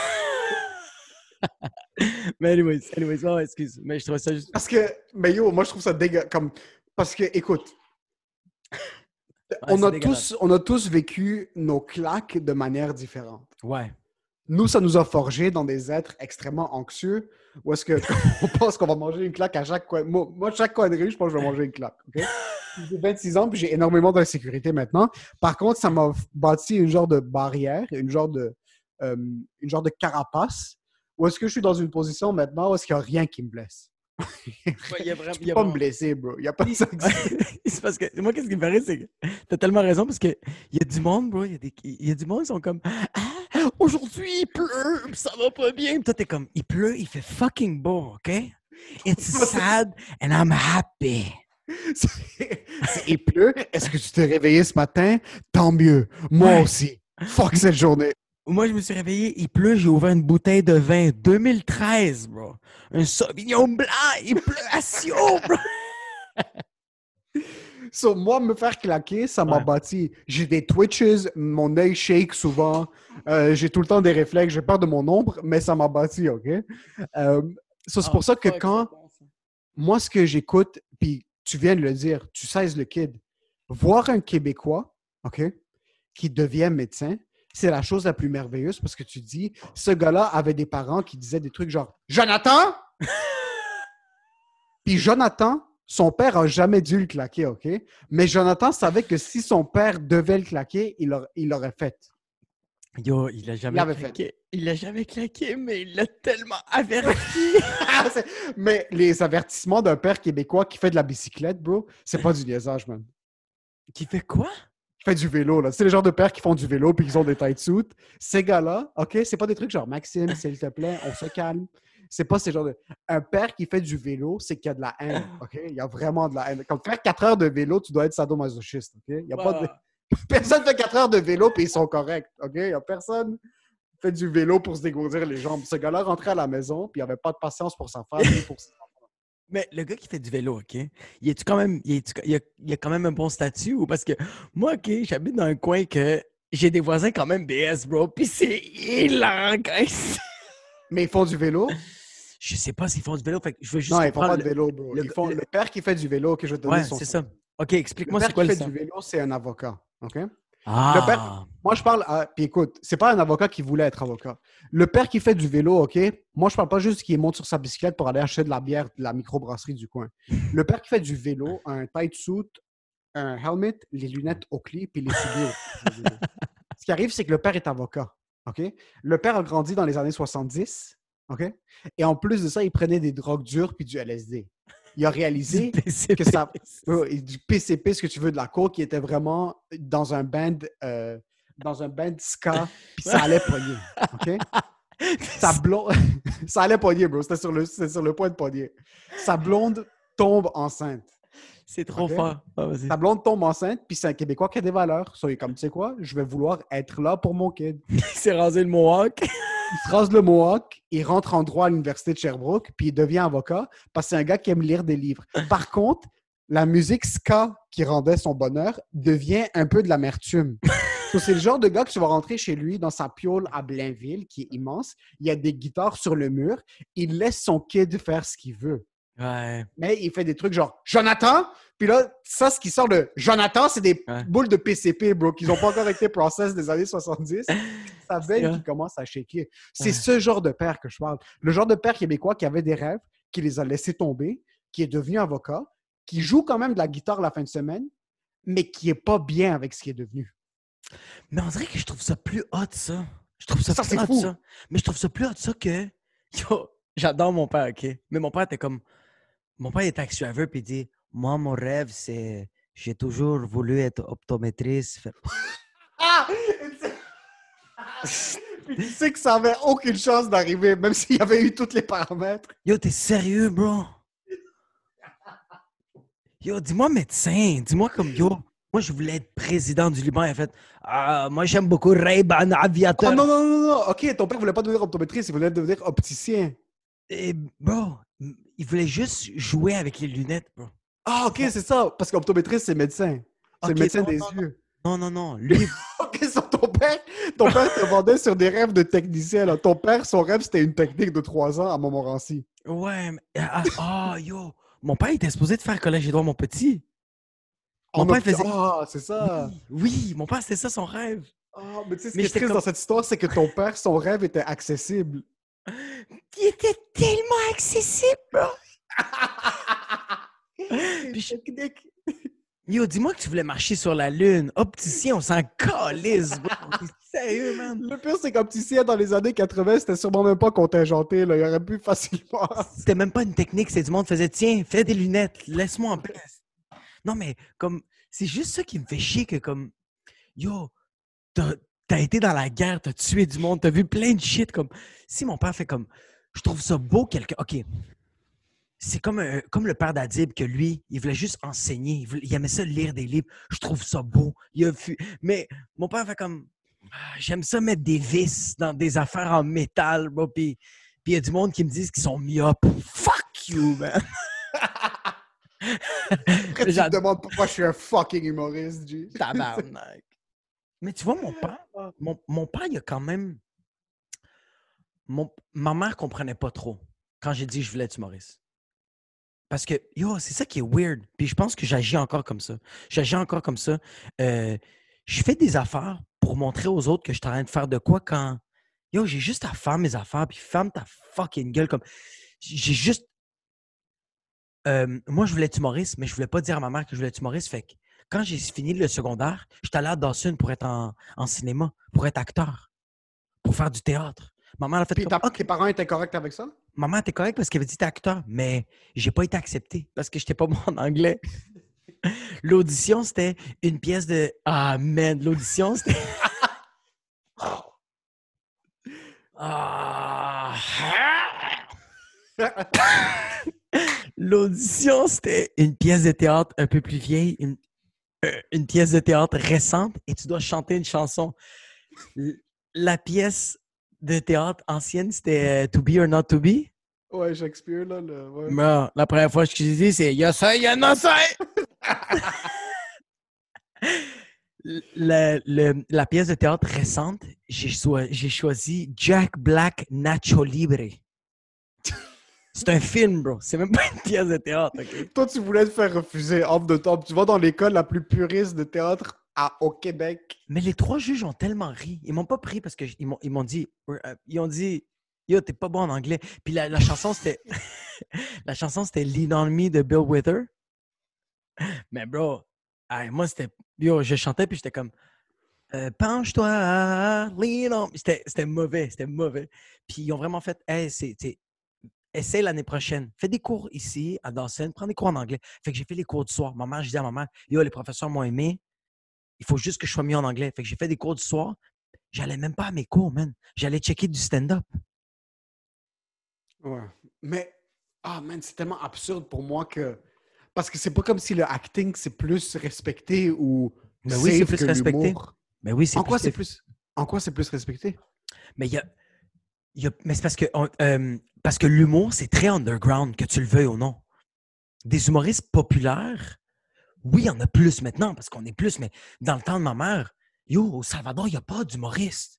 Mais anyways, oh, excuse, mais je trouve ça juste... Parce que, mais yo, moi, je trouve ça dégueulasse. Parce que, écoute, Ouais, c'est dégueulasse. on a tous vécu nos claques de manière différente. Ouais. Nous, ça nous a forgés dans des êtres extrêmement anxieux, où est-ce qu'on pense qu'on va manger une claque à chaque coin. Moi, chaque coin de rue, je pense que je vais manger une claque. Okay? J'ai 26 ans, puis j'ai énormément d'insécurité maintenant. Par contre, ça m'a bâti une genre de barrière, une genre de carapace, où est-ce que je suis dans une position maintenant où est-ce qu'il n'y a rien qui me blesse. Il y a vraiment... Tu peux pas me blesser, bro. Il n'y a pas de ça. C'est parce que moi, qu'est-ce qui me paraît, c'est que t'as tellement raison parce que il y a du monde, bro. Il y a du monde qui sont comme ah, aujourd'hui il pleut, puis ça va pas bien. Puis toi, t'es comme il pleut, il fait fucking beau, ok? It's sad and I'm happy. Il pleut. Est-ce que tu t'es réveillé ce matin? Tant mieux. Moi Ouais. aussi. Fuck cette journée. Moi, je me suis réveillé, il pleut, j'ai ouvert une bouteille de vin 2013, bro. Un Sauvignon blanc, il pleut à Sio, bro. So, moi, me faire claquer, ça m'a Ouais. bâti. J'ai des twitches, mon œil shake souvent. J'ai tout le temps des réflexes. J'ai peur de mon ombre, mais ça m'a bâti, OK? C'est pour ça que quand... Moi, ce que j'écoute, puis tu viens de le dire, tu saises le kid. Voir un Québécois, OK, qui devient médecin, c'est la chose la plus merveilleuse parce que tu dis, ce gars-là avait des parents qui disaient des trucs genre « Jonathan! » Puis Jonathan, son père a jamais dû le claquer, OK? Mais Jonathan savait que si son père devait le claquer, il l'aurait fait. Yo, il a jamais l'avait claqué. Il a jamais claqué, mais il l'a tellement averti. Mais les avertissements d'un père québécois qui fait de la bicyclette, bro, c'est pas du liaisage, man. Qui fait quoi? Qui fait du vélo, là. C'est les genres de pères qui font du vélo puis qui ont des tight suits. Ces gars-là, OK, c'est pas des trucs genre Maxime, s'il te plaît, on se calme. C'est pas ces genres de. Un père qui fait du vélo, c'est qu'il y a de la haine, OK? Il y a vraiment de la haine. Quand faire 4 heures de vélo, tu dois être sadomasochiste, OK? Il y a pas de. Personne fait 4 heures de vélo puis ils sont corrects, OK? Il y a personne qui fait du vélo pour se dégourdir les jambes. Ce gars-là rentrait à la maison puis il avait pas de patience pour sa femme ni pour ses enfants. Mais le gars qui fait du vélo, OK? Il a quand même un bon statut ou parce que moi, OK, j'habite dans un coin que j'ai des voisins quand même BS, bro. Puis c'est hilarant, guys. Mais ils font du vélo? Je sais pas s'ils font du vélo. Fait que je veux juste. Non, ils font pas de vélo, bro. Le père qui fait du vélo, que je vais te donner Ouais, son c'est nom. ça. OK, explique-moi Le c'est père quoi qui le fait ça. du vélo, c'est un avocat, OK? Ah! Le père, moi, je parle puis écoute, c'est pas un avocat qui voulait être avocat. Le père qui fait du vélo, OK? Moi, je parle pas juste qu'il monte sur sa bicyclette pour aller acheter de la bière de la microbrasserie du coin. Le père qui fait du vélo a un tight suit, un helmet, les lunettes Oakley puis les souliers Oakley. Ce qui arrive, c'est que le père est avocat, OK? Le père a grandi dans les années 70, OK? Et en plus de ça, il prenait des drogues dures puis du LSD. Il a réalisé que ça... du PCP, ce que tu veux, de la coke, qui était vraiment dans un band ska, puis ça allait pogner, OK? Ça allait pogner, bro. C'était sur le point de pogner. Sa blonde tombe enceinte. C'est trop OK? fort. Ah, vas-y. Sa blonde tombe enceinte, puis c'est un Québécois qui a des valeurs. So, il est comme, tu sais quoi? Je vais vouloir être là pour mon kid. Il s'est rasé le mohawk. Il se rase le mohawk, il rentre en droit à l'université de Sherbrooke, puis il devient avocat parce que c'est un gars qui aime lire des livres. Par contre, la musique ska qui rendait son bonheur devient un peu de l'amertume. So, c'est le genre de gars que tu vas rentrer chez lui dans sa piole à Blainville, qui est immense. Il y a des guitares sur le mur. Il laisse son kid faire ce qu'il veut. Ouais. Mais il fait des trucs genre « Jonathan! » Puis là, ça, ce qui sort de « Jonathan », c'est des boules de PCP, bro, qui n'ont pas encore été process des années 70. Sa veine qui commence à shaker. C'est ce genre de père que je parle. Le genre de père québécois qui avait des rêves, qui les a laissés tomber, qui est devenu avocat, qui joue quand même de la guitare la fin de semaine, mais qui n'est pas bien avec ce qui est devenu. Mais on dirait que je trouve ça plus hot, ça. Je trouve ça, Ça, plus c'est hot, fou. ça. Mais je trouve ça plus hot, ça, que... Yo, j'adore mon père, OK? Mais mon père était comme... Mon père est taxi driver, puis il dit, moi, mon rêve, c'est... J'ai toujours voulu être optométriste. Ah! Puis tu sais que ça avait aucune chance d'arriver, même s'il y avait eu tous les paramètres. Yo, t'es sérieux, bro? Yo, dis-moi médecin. Dis-moi comme, yo, moi, je voulais être président du Liban. Il a fait, moi, j'aime beaucoup Ray-Ban Aviateur. Oh non, non, non, non. OK, ton père voulait pas devenir optométriste, il voulait devenir opticien. Et, bro, il voulait juste jouer avec les lunettes, bro. Ah, OK, c'est ça. Parce qu'optométriste, c'est médecin. C'est le médecin des yeux. Non. Lui, OK, sur ton père te vendait sur des rêves de technicien. Là. Ton père, son rêve, c'était une technique de 3 ans à Montmorency. ouais, mais, yo, mon père était supposé de faire collège Édouard, mon petit. Mon père faisait... Ah, c'est ça. Oui, mon père, c'était ça son rêve. Ah, mais tu sais, ce Mais qui est j'étais triste comme- dans cette histoire, c'est que ton père, son rêve était accessible. Il était tellement accessible, bro. Puis technique. Yo, dis-moi que tu voulais marcher sur la Lune. Opticien, on s'en calisse, bro. T'es sérieux, man? Le pire, c'est qu'opticien, dans les années 80, c'était sûrement même pas contingenté. Là. Il aurait pu facilement... C'était même pas une technique, c'est du monde qui faisait, tiens, fais des lunettes, laisse-moi en paix. Non, mais comme, c'est juste ça qui me fait chier que comme, yo, t'as été dans la guerre, t'as tué du monde, t'as vu plein de shit. Comme, si mon père fait comme, je trouve ça beau, quelqu'un, OK. C'est comme le père d'Adib, que lui, il voulait juste enseigner. Il aimait ça lire des livres. Je trouve ça beau. Mais mon père fait comme... J'aime ça mettre des vis dans des affaires en métal, bro. Puis il y a du monde qui me disent qu'ils sont myopes. Fuck you, man! Après, tu te demandes pourquoi je suis un fucking humoriste, G. Tabarnak. Mais tu vois, mon père, il a quand même... Ma mère comprenait pas trop quand j'ai dit que je voulais être humoriste. Parce que, yo, c'est ça qui est weird. Puis je pense que j'agis encore comme ça. Je fais des affaires pour montrer aux autres que je suis en train de faire de quoi quand... Yo, j'ai juste à faire mes affaires, puis ferme ta fucking gueule. Comme... J'ai juste... moi, je voulais être humoriste, mais je voulais pas dire à ma mère que je voulais être humoriste. Fait que quand j'ai fini le secondaire, j'étais allé à Dawson pour être en cinéma, pour être acteur. pour faire du théâtre. Maman, elle a fait Puis comme, OK. tes parents étaient corrects avec ça? Maman était correcte parce qu'elle avait dit t'es acteur, mais j'ai pas été accepté parce que j'étais pas bon en anglais. L'audition, c'était une pièce de... Ah, man, l'audition, c'était... Ah. L'audition, c'était une pièce de théâtre un peu plus vieille, une pièce de théâtre récente, et tu dois chanter une chanson. La pièce de théâtre ancienne, c'était To Be or Not To Be. Ouais, Shakespeare, là. Ouais. Non, la première fois que je dis, c'est Yes, I, you no say! La pièce de théâtre récente, j'ai choisi Jack Black Nacho Libre. C'est un film, bro. C'est même pas une pièce de théâtre, OK? Toi, tu voulais te faire refuser off the top. Tu vas dans l'école la plus puriste de théâtre au Québec. Mais les 3 juges ont tellement ri. Ils m'ont pas pris parce qu'ils m'ont dit... Ils ont dit... Yo, t'es pas bon en anglais. Puis la chanson, c'était... la chanson, c'était Lean on Me de Bill Withers. Mais bro, moi, c'était... Yo, je chantais puis j'étais comme... Penche-toi, lean on me. C'était mauvais. Puis ils ont vraiment fait... Hey, essaie l'année prochaine. Fais des cours ici, à Dawson. Prends des cours en anglais. Fait que j'ai fait les cours du soir. Je dis à maman, yo, les professeurs m'ont aimé. Il faut juste que je sois mieux en anglais. Fait que j'ai fait des cours du soir. J'allais même pas à mes cours, man. J'allais checker du stand-up. Ouais. Mais, man, c'est tellement absurde pour moi que... Parce que c'est pas comme si le acting, c'est plus respecté ou Mais oui, c'est plus respecté. L'humour. Mais oui, c'est En quoi c'est plus respecté? Mais mais c'est parce que l'humour, c'est très underground, que tu le veuilles ou non. Des humoristes populaires, oui, il y en a plus maintenant, parce qu'on est plus, mais dans le temps de ma mère, au Salvador, il n'y a pas d'humoristes.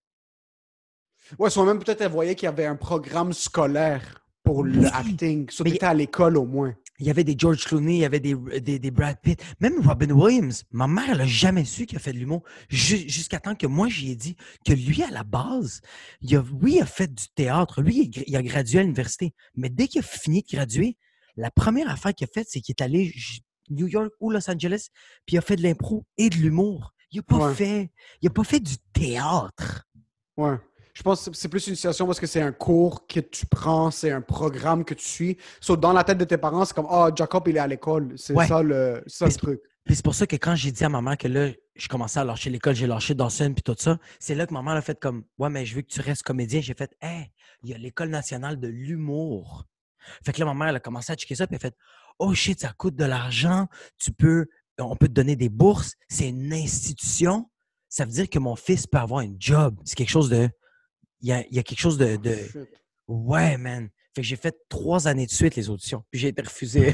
Ouais, soit même peut-être elle voyait qu'il y avait un programme scolaire pour le acting. Ça, t'étais à l'école au moins. Il y avait des George Clooney, il y avait des Brad Pitt. Même Robin Williams, ma mère, elle n'a jamais su qu'il a fait de l'humour. Jusqu'à temps que moi, j'y ai dit que lui, à la base, il a fait du théâtre. Lui, il a gradué à l'université. Mais dès qu'il a fini de graduer, la première affaire qu'il a faite, c'est qu'il est allé New York ou Los Angeles, puis il a fait de l'impro et de l'humour. Il n'a pas fait du théâtre. Ouais. Je pense que c'est plus une situation parce que c'est un cours que tu prends, c'est un programme que tu suis. Dans la tête de tes parents, c'est comme « Ah, Jacob, il est à l'école. » C'est ça le truc. Puis c'est pour ça que quand j'ai dit à maman que là, je commençais à lâcher l'école, j'ai lâché Dawson puis tout ça, c'est là que maman a fait comme « Ouais, mais je veux que tu restes comédien. » J'ai fait « Hey, il y a l'École nationale de l'humour. » Fait que là, ma mère, elle a commencé à checker ça puis elle a fait « Oh shit, ça coûte de l'argent. On peut te donner des bourses. C'est une institution. Ça veut dire que mon fils peut avoir un job. C'est quelque chose de... Il y a quelque chose de... Ouais, man. Fait que j'ai fait 3 années de suite les auditions. Puis j'ai été refusé.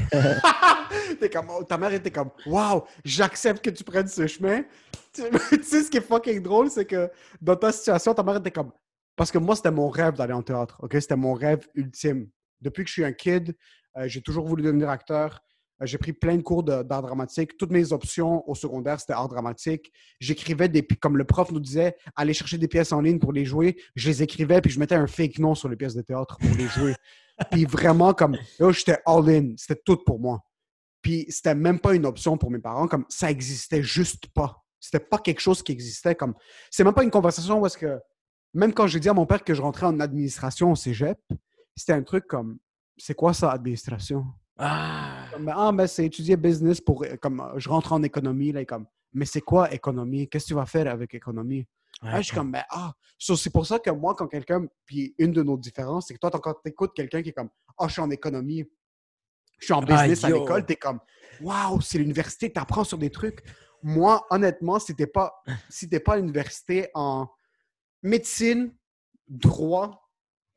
Ta mère était comme « Wow, j'accepte que tu prennes ce chemin. » Tu sais, ce qui est fucking drôle, c'est que dans ta situation, ta mère était comme... Parce que moi, c'était mon rêve d'aller en théâtre. OK? C'était mon rêve ultime. Depuis que je suis un kid, j'ai toujours voulu devenir acteur. J'ai pris plein de cours d'art dramatique. Toutes mes options au secondaire, c'était art dramatique. J'écrivais comme le prof nous disait, aller chercher des pièces en ligne pour les jouer. Je les écrivais, puis je mettais un fake nom sur les pièces de théâtre pour les jouer. Puis vraiment, comme, là, j'étais all-in. C'était tout pour moi. Puis c'était même pas une option pour mes parents. Comme, ça existait juste pas. C'était pas quelque chose qui existait. Comme, c'est même pas une conversation parce que, même quand j'ai dit à mon père que je rentrais en administration au cégep, c'était un truc comme, c'est quoi ça, administration? Mais c'est étudier business pour comme je rentre en économie là, comme mais c'est quoi économie? Qu'est-ce que tu vas faire avec économie? Je suis comme c'est pour ça que moi quand quelqu'un puis une de nos différences c'est que toi quand t'écoutes quelqu'un qui est comme je suis en économie, je suis en business à l'école, t'es comme waouh, c'est l'université, t'apprends sur des trucs. Moi honnêtement, si t'es pas à l'université en médecine, droit,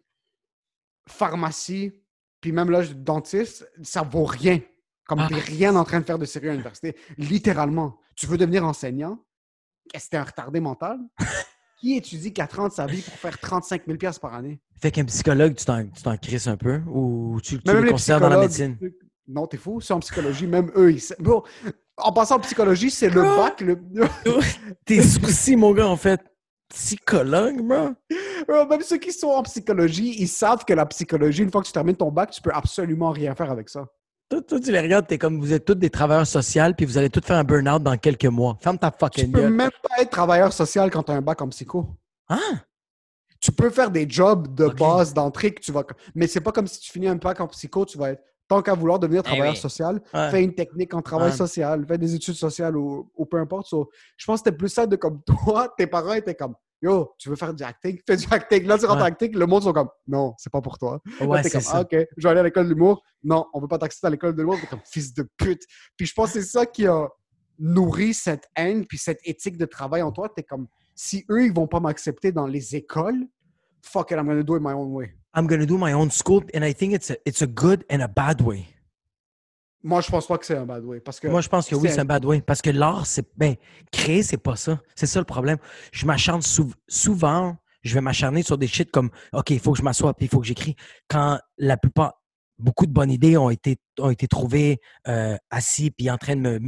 pharmacie, puis même là, dentiste, ça vaut rien. Comme t'es rien en train de faire de sérieux à l'université. Littéralement. Tu veux devenir enseignant? Est-ce que t'es un retardé mental? Qui étudie 4 ans de sa vie pour faire 35 000 $ par année? Fait qu'un psychologue, tu t'en crisses un peu? Ou tu les considères dans la médecine? Non, t'es fou. C'est en psychologie. Même eux, Bon, en passant en psychologie, c'est le bac. Tes soucis, mon gars, en fait. Psychologue, bro? Même ceux qui sont en psychologie, ils savent que la psychologie, une fois que tu termines ton bac, tu peux absolument rien faire avec ça. Toi, tu les regardes, t'es comme, vous êtes tous des travailleurs sociaux, puis vous allez tous faire un burn-out dans quelques mois. Ferme ta fucking gueule. Tu peux même pas être travailleur social quand t'as un bac en psycho. Hein? Tu peux faire des jobs de Ok. base, d'entrée que tu vas... Mais c'est pas comme si tu finis un pack en psycho, tu vas être... Tant qu'à vouloir devenir travailleur oui. social, Ouais. fais une technique en travail Ouais. social, fais des études sociales ou peu importe. So, je pense que c'était plus ça de comme toi, tes parents étaient comme yo, tu veux faire du acting? Fais du acting. Là, tu rentres en Ouais. acting, le monde sont comme non, c'est pas pour toi. Ouais, Là, t'es c'est comme ça. ah, ok, je vais aller à l'école de l'humour. Non, on veut pas t'accepter à l'école de l'humour. T'es comme fils de pute. Puis je pense que c'est ça qui a nourri cette haine puis cette éthique de travail en toi. T'es comme si eux, ils vont pas m'accepter dans les écoles, fuck it, I'm gonna do it my own way. I'm gonna do my own school, and I think it's a good and a bad way. Moi, je pense pas que c'est un bad way. Parce que Moi, je pense que oui, c'est un bad way. Parce que l'art, créer, c'est pas ça. C'est ça le problème. Je m'acharne souvent, je vais m'acharner sur des shit comme, OK, il faut que je m'assoie, puis il faut que j'écris. Quand beaucoup de bonnes idées ont été trouvées assis, puis en train de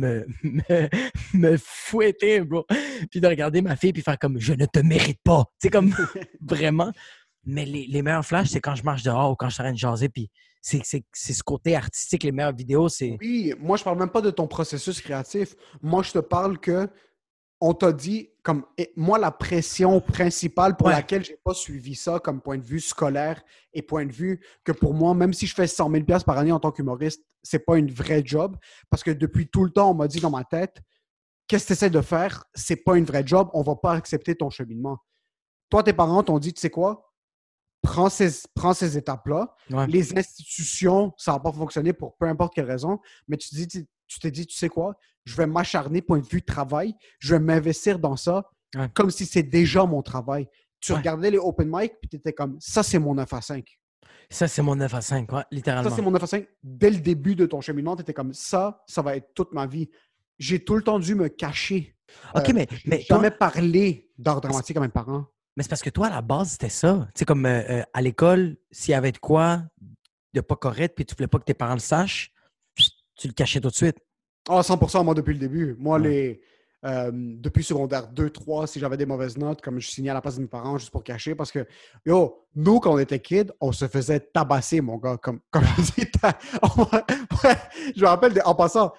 me fouetter, bro. Puis de regarder ma fille, puis faire comme, je ne te mérite pas. C'est comme, vraiment. Mais les meilleurs flashs, c'est quand je marche dehors ou quand je suis en train de jaser, puis c'est ce côté artistique, les meilleures vidéos, c'est... Oui, moi, je parle même pas de ton processus créatif. Moi, je te parle que on t'a dit, comme moi, la pression principale pour laquelle j'ai pas suivi ça comme point de vue scolaire et point de vue que pour moi, même si je fais 100 000 $ par année en tant qu'humoriste, c'est pas une vraie job. Parce que depuis tout le temps, on m'a dit dans ma tête, qu'est-ce que tu essaies de faire? C'est pas une vraie job, on va pas accepter ton cheminement. Toi, tes parents t'ont dit, tu sais quoi? Prends ces étapes-là. Ouais. Les institutions, ça va pas fonctionner pour peu importe quelle raison, mais tu t'es dit, tu sais quoi? Je vais m'acharner point de vue travail, je vais m'investir dans ça comme si c'est déjà mon travail. Tu regardais les open mic puis tu étais comme, ça, c'est mon 9 à 5. Ça, c'est mon 9 à 5, ouais, littéralement. Ça, c'est mon 9 à 5. Dès le début de ton cheminement, tu étais comme, ça va être toute ma vie. J'ai tout le temps dû me cacher. OK, mais jamais parlé d'art dramatique à mes parents. Mais c'est parce que toi, à la base, c'était ça. Tu sais, comme à l'école, s'il y avait de quoi de pas correct, puis tu voulais pas que tes parents le sachent, tu le cachais tout de suite. Ah, 100%, moi, depuis le début. Moi, depuis secondaire 2, 3, si j'avais des mauvaises notes, comme je signais à la place de mes parents juste pour cacher, parce que, yo, nous, quand on était kids, on se faisait tabasser, mon gars. Comme je dis, je me rappelle, en passant,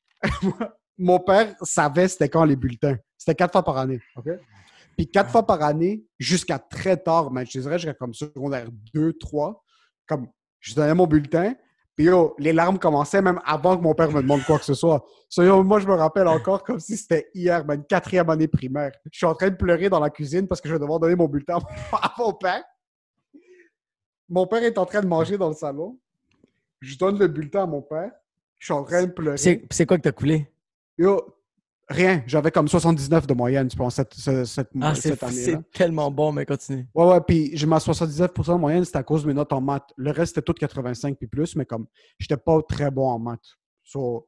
mon père savait c'était quand les bulletins. C'était 4 fois par année, OK? Puis 4 fois par année, jusqu'à très tard, mais je dirais jusqu'à comme secondaire 2, 3, comme je donnais mon bulletin, puis yo, les larmes commençaient même avant que mon père me demande quoi que ce soit. Moi, je me rappelle encore comme si c'était hier, une 4e année primaire. Je suis en train de pleurer dans la cuisine parce que je vais devoir donner mon bulletin à mon père. Mon père est en train de manger dans le salon. Je donne le bulletin à mon père. Je suis en train de pleurer. C'est quoi que t'as coulé? Yo, rien. J'avais comme 79 de moyenne, je pense, cette année-là. C'est tellement bon, mais continue. Ouais, puis j'ai ma 79% de moyenne, c'était à cause de mes notes en maths. Le reste, c'était tout 85 puis plus, mais comme, j'étais pas très bon en maths. So,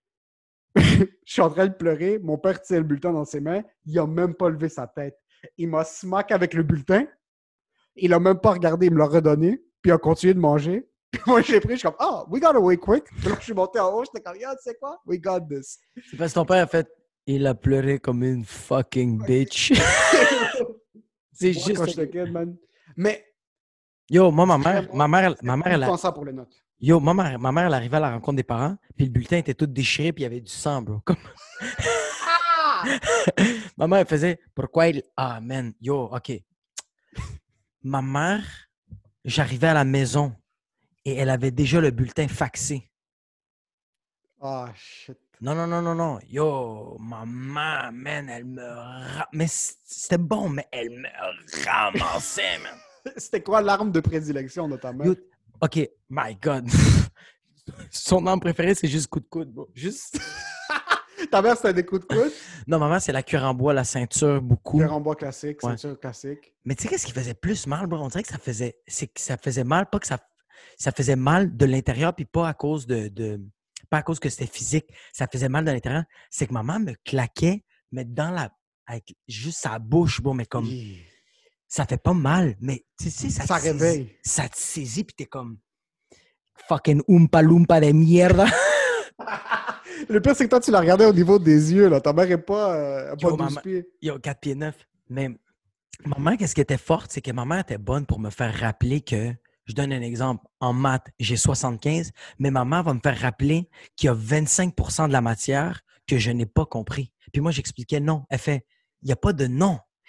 je suis en train de pleurer. Mon père tient le bulletin dans ses mains. Il a même pas levé sa tête. Il m'a smack avec le bulletin. Il a même pas regardé. Il me l'a redonné. Puis il a continué de manger. Puis moi, j'ai pris. Je suis comme, ah, we got away quick. Puis là, je suis monté en haut. J'étais comme, yeah, tu sais quoi? We got this. C'est parce que ton père a fait... Il a pleuré comme une fucking bitch. C'est juste... Quand j'étais kid, man. Mais... Yo, moi, ma mère, elle a... ça pour les notes. Yo, ma mère, elle arrivait à la rencontre des parents, puis le bulletin était tout déchiré, puis il y avait du sang, bro. Comme... Ma mère, elle faisait, pourquoi il... Ah, man, yo, OK. Ma mère, j'arrivais à la maison, et elle avait déjà le bulletin faxé. Ah, shit. Non. Yo, maman, man, elle me... Mais c'était bon, mais elle me ramassait, man. C'était quoi l'arme de prédilection de ta mère? Yo, OK, my God. Son arme préférée, c'est juste coup de coude, bro. Juste... Ta mère, c'était des coups de coude? Non, maman, c'est la cuir en bois, la ceinture, beaucoup. Cuir en bois classique, ceinture classique. Mais tu sais, qu'est-ce qui faisait plus mal, bro? On dirait que ça faisait mal, pas que ça faisait mal de l'intérieur, puis pas à cause pas à cause que c'était physique. Ça faisait mal de l'intérieur. C'est que maman me claquait, mais avec juste sa bouche, bon, mais comme... Ça fait pas mal, mais tu sais, ça réveille. Ça te saisit, puis t'es comme... Fucking oompa loompa de mierda. Le pire, c'est que toi, tu l'as regardé au niveau des yeux, là. Ta mère n'est pas 12 pieds. Yo, 4 pieds 9. Mais maman, qu'est-ce qui était forte, c'est que ma mère était bonne pour me faire rappeler que... Je donne un exemple. En maths, j'ai 75, mais maman va me faire rappeler qu'il y a 25% de la matière que je n'ai pas compris. Puis moi, j'expliquais non. Elle fait, il n'y a pas de non.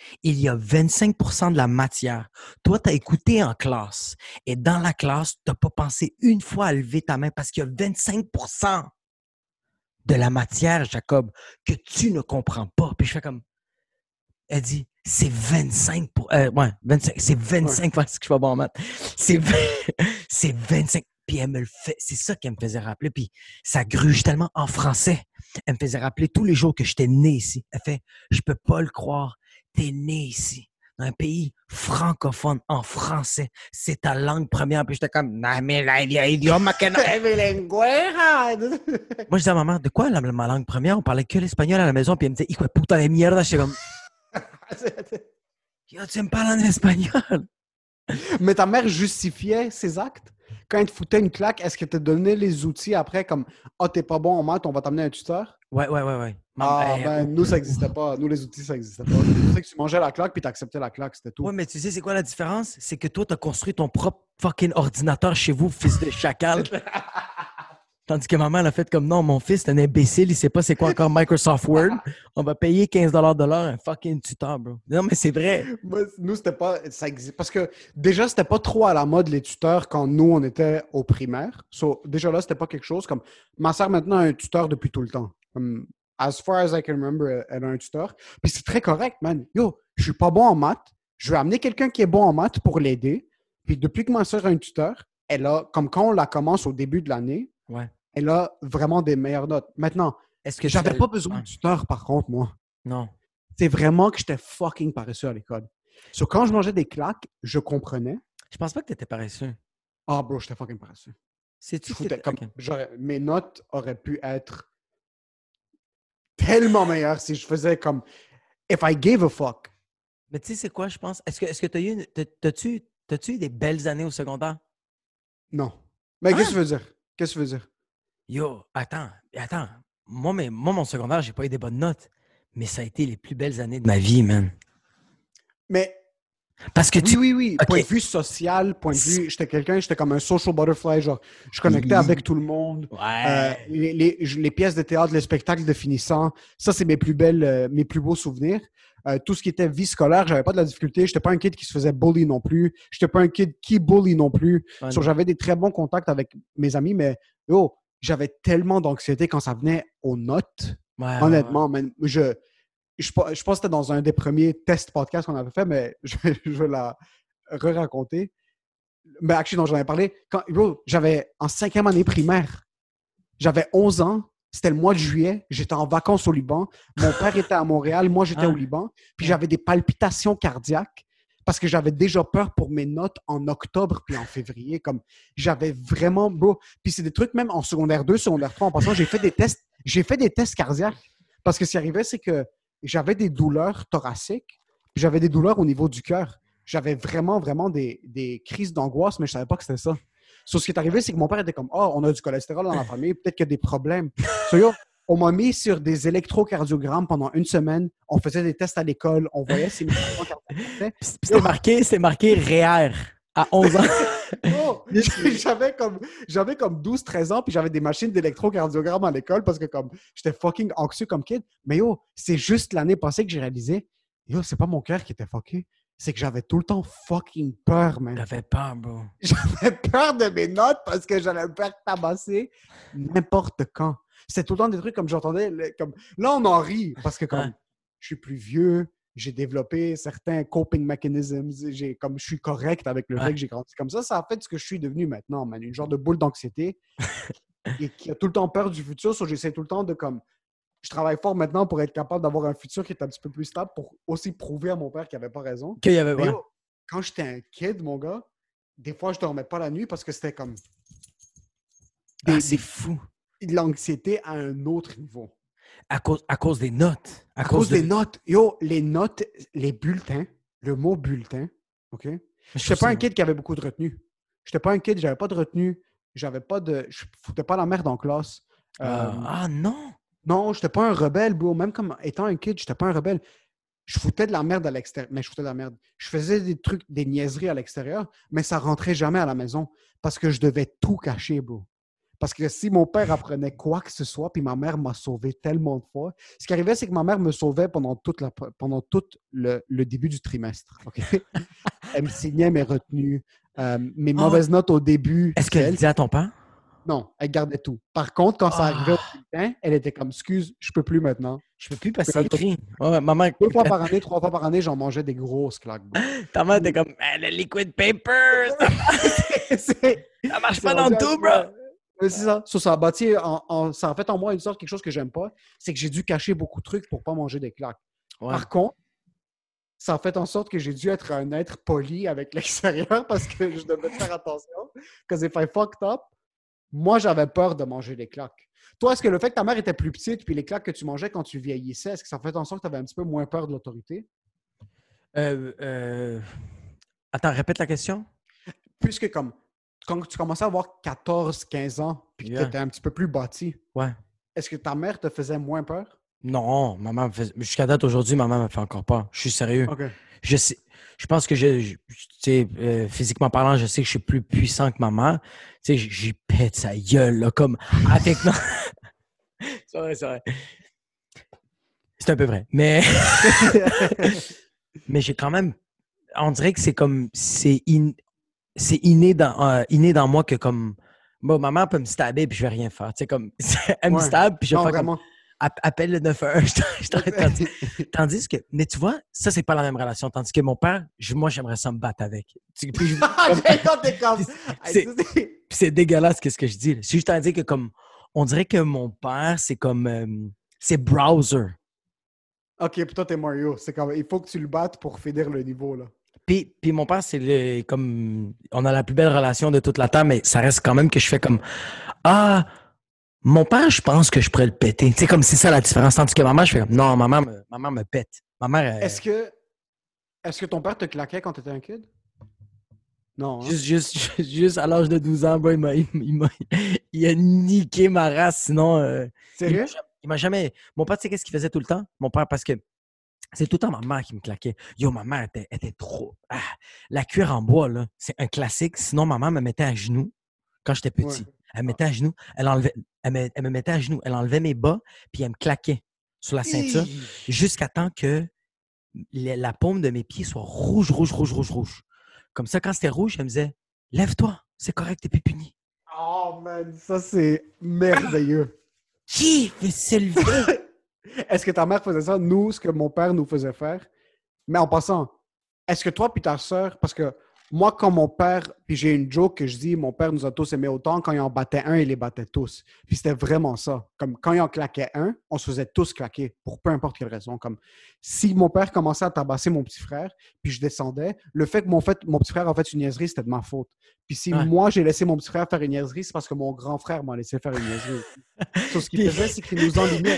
Il y a 25% de la matière. Toi, tu as écouté en classe. Et dans la classe, tu n'as pas pensé une fois à lever ta main parce qu'il y a 25% de la matière, Jacob, que tu ne comprends pas. Puis je fais comme... Elle dit, c'est 25 ouais, 25, c'est 25 parce que je suis pas bon en maths. C'est 25. Puis elle me le fait. C'est ça qu'elle me faisait rappeler. Puis ça gruge tellement en français. Elle me faisait rappeler tous les jours que j'étais né ici. Elle fait, je peux pas le croire. T'es né ici, dans un pays francophone, en français. C'est ta langue première. Puis j'étais comme, non, mais l'idiome que no. Moi, je disais à ma mère, de quoi ma langue première? On parlait que l'espagnol à la maison. Puis elle me disait, hijo de puta de mierda. J'étais comme, yo, tu me parles en espagnol. Mais ta mère justifiait ses actes? Quand elle te foutait une claque, est-ce qu'elle te donnait les outils après comme « Ah, t'es pas bon en maths, on va t'amener un tuteur? » Ouais. Nous, ça n'existait pas. Nous, les outils, ça n'existait pas. Tu sais que tu mangeais la claque puis t'acceptais la claque, c'était tout. Ouais, mais tu sais, c'est quoi la différence? C'est que toi, t'as construit ton propre fucking ordinateur chez vous, fils de chacal. Tandis que maman, elle a fait comme non, mon fils, c'est un imbécile, il sait pas c'est quoi encore Microsoft Word. On va payer 15 de l'heure un fucking tuteur, bro. Non, mais c'est vrai. Nous, c'était pas. Ça existe. Parce que déjà, c'était pas trop à la mode les tuteurs quand nous, on était au primaire. So, déjà là, c'était pas quelque chose comme. Ma soeur, maintenant, a un tuteur depuis tout le temps. Comme, as far as I can remember, elle a un tuteur. Puis c'est très correct, man. Yo, je suis pas bon en maths. Je vais amener quelqu'un qui est bon en maths pour l'aider. Puis depuis que ma soeur a un tuteur, elle a, comme quand on la commence au début de l'année, ouais. Elle a vraiment des meilleures notes. Maintenant, est-ce que j'avais pas besoin de tuteur, par contre, moi? Non. C'est vraiment que j'étais fucking paresseux à l'école. So, quand je mangeais des claques, je comprenais. Je pense pas que t'étais paresseux. Ah, bro, j'étais fucking paresseux. C'est-tu comme, mes notes auraient pu être tellement meilleures si je faisais comme if I gave a fuck. Mais tu sais, c'est quoi, je pense? Est-ce que t'as-tu eu des belles années au secondaire? Non. Mais qu'est-ce que tu veux dire? Qu'est-ce que tu veux dire? Yo, attends. Moi, mon secondaire, j'ai pas eu des bonnes notes. Mais ça a été les plus belles années de ma vie, man. Mais... Parce que Oui. Okay. Point de vue social, j'étais comme un social butterfly, genre, je connectais avec tout le monde. Ouais. Les pièces de théâtre, les spectacles de finissant, ça, c'est mes plus beaux souvenirs. Tout ce qui était vie scolaire, j'avais pas de la difficulté. J'étais pas un kid qui se faisait bully non plus. J'étais pas un kid qui bully non plus. Ouais, j'avais des très bons contacts avec mes amis, mais j'avais tellement d'anxiété quand ça venait aux notes. Ouais, honnêtement, man, je pense que c'était dans un des premiers tests podcast qu'on avait fait, mais je vais la re-raconter. Mais actually, non, j'en avais parlé. J'avais en 5e année primaire, j'avais 11 ans, c'était le mois de juillet, j'étais en vacances au Liban, mon père était à Montréal, moi j'étais au Liban, puis j'avais des palpitations cardiaques parce que j'avais déjà peur pour mes notes en octobre puis en février. Comme j'avais vraiment, bro. Puis c'est des trucs même en secondaire 2, secondaire 3. En passant, j'ai fait des tests cardiaques parce que ce qui arrivait, c'est que j'avais des douleurs thoraciques, puis j'avais des douleurs au niveau du cœur. J'avais vraiment des crises d'angoisse, mais je savais pas que c'était ça. Ce qui est arrivé, c'est que mon père était comme « Oh, on a du cholestérol dans la famille, peut-être qu'il y a des problèmes. » On m'a mis sur des électrocardiogrammes pendant une semaine. On faisait des tests à l'école. On voyait si mes c'était marqué REER à 11 ans. J'avais comme 12-13 ans, puis j'avais des machines d'électrocardiogramme à l'école parce que comme j'étais fucking anxieux comme kid. Mais c'est juste l'année passée que j'ai réalisé, c'est pas mon cœur qui était fucké. C'est que j'avais tout le temps fucking peur, man. T'avais peur, bro. J'avais peur de mes notes parce que j'allais me faire tabasser n'importe quand. C'était tout le temps des trucs comme j'entendais, comme là, on en rit parce que comme je suis plus vieux, j'ai développé certains coping mechanisms, je suis correct avec le fait que j'ai grandi comme ça. Ça a fait ce que je suis devenu maintenant, man. Une genre de boule d'anxiété et qui a tout le temps peur du futur. J'essaie tout le temps de comme... Je travaille fort maintenant pour être capable d'avoir un futur qui est un petit peu plus stable pour aussi prouver à mon père qu'il n'avait pas raison. Quand j'étais un kid, mon gars, des fois, je ne dormais pas la nuit parce que c'était comme... c'est fou. L'anxiété à un autre niveau. À cause des notes. À cause des notes. Les notes, les bulletins, le mot bulletin, OK? Je n'étais pas un kid qui avait beaucoup de retenue. Je n'étais pas un kid, j'avais pas de retenue. Je foutais pas la merde en classe. Non? Non, je n'étais pas un rebelle, bro. Même comme étant un kid, je n'étais pas un rebelle. Je foutais de la merde à l'extérieur. Mais je foutais de la merde. Je faisais des trucs, des niaiseries à l'extérieur, mais ça rentrait jamais à la maison parce que je devais tout cacher, bro. Parce que si mon père apprenait quoi que ce soit, puis ma mère m'a sauvé tellement de fois, ce qui arrivait, c'est que ma mère me sauvait pendant tout le début du trimestre. OK? Elle me signait mes retenues, mes mauvaises notes au début. Est-ce qu'elle disait à ton père? Non, elle gardait tout. Par contre, quand ça arrivait au bulletin, elle était comme, excuse, je peux plus maintenant. Je peux plus passer écrit. Ouais, maman... 2 fois par année, 3 fois par année, j'en mangeais des grosses claques. Ta mère était comme, le liquid paper, ça marche pas dans tout, bro. C'est ça. Ça a bâti, ça a fait en moi une sorte quelque chose que j'aime pas, c'est que j'ai dû cacher beaucoup de trucs pour pas manger des claques. Ouais. Par contre, ça a fait en sorte que j'ai dû être un être poli avec l'extérieur parce que je devais faire attention. Because if I fucked up, moi, j'avais peur de manger des claques. Toi, est-ce que le fait que ta mère était plus petite puis les claques que tu mangeais quand tu vieillissais, est-ce que ça fait en sorte que tu avais un petit peu moins peur de l'autorité? Attends, répète la question. Puisque quand tu commençais à avoir 14-15 ans puis que tu étais un petit peu plus bâti, est-ce que ta mère te faisait moins peur? Non, maman me faisait... Jusqu'à date, aujourd'hui, maman me fait encore peur. Je suis sérieux. Okay. Je pense que physiquement parlant, je sais que je suis plus puissant que maman. Tu sais, j'y pète sa gueule, là, comme avec... Non. C'est vrai. C'est un peu vrai. Mais mais j'ai quand même... On dirait que c'est comme... C'est inné dans moi que comme... Bon, maman peut me stabber puis je vais rien faire. Tu sais, comme... Elle me stab puis je vais faire comme... Appelle le 911. Tandis que, mais tu vois, ça, c'est pas la même relation. Tandis que mon père, moi, j'aimerais ça me battre avec. C'est dégueulasse, qu'est-ce que je dis. C'est juste à dire que, comme, on dirait que mon père, c'est comme, c'est Browser. OK, puis toi, t'es Mario. C'est comme, il faut que tu le battes pour finir le niveau, là. Puis mon père, c'est comme, on a la plus belle relation de toute la terre, mais ça reste quand même que je fais comme, mon père, je pense que je pourrais le péter. Tu sais, comme c'est ça la différence. Tandis que maman, je fais comme, non, maman me pète. Ma mère, Est-ce que ton père te claquait quand tu étais un kid? Non. Hein? Juste à l'âge de 12 ans, bro, il a niqué ma race. Sinon, sérieux? Il m'a jamais... Mon père, tu sais qu'est-ce qu'il faisait tout le temps? Mon père, parce que c'est tout le temps ma mère qui me claquait. Yo, ma mère était trop... la cuir en bois, là, c'est un classique. Sinon, ma mère me mettait à genoux quand j'étais petit. Ouais. Elle me mettait à genoux, elle me mettait à genoux, elle enlevait mes bas, puis elle me claquait sur la ceinture jusqu'à temps que la paume de mes pieds soit rouge. Comme ça, quand c'était rouge, elle me disait « Lève-toi, c'est correct, t'es plus puni. » Oh man, ça c'est merveilleux. Qui veut se lever? Est-ce que ta mère faisait ça? Nous, ce que mon père nous faisait faire. Mais en passant, est-ce que toi puis ta sœur, parce que moi, quand mon père, puis j'ai une joke que je dis, mon père nous a tous aimés autant, quand il en battait un, il les battait tous. Puis c'était vraiment ça. Comme quand il en claquait un, on se faisait tous claquer, pour peu importe quelle raison. Comme si mon père commençait à tabasser mon petit frère, puis je descendais, le fait que mon petit frère a fait une niaiserie, c'était de ma faute. Puis si moi, j'ai laissé mon petit frère faire une niaiserie, c'est parce que mon grand frère m'a laissé faire une niaiserie. Ce qu'il faisait, c'est qu'il nous enlignait.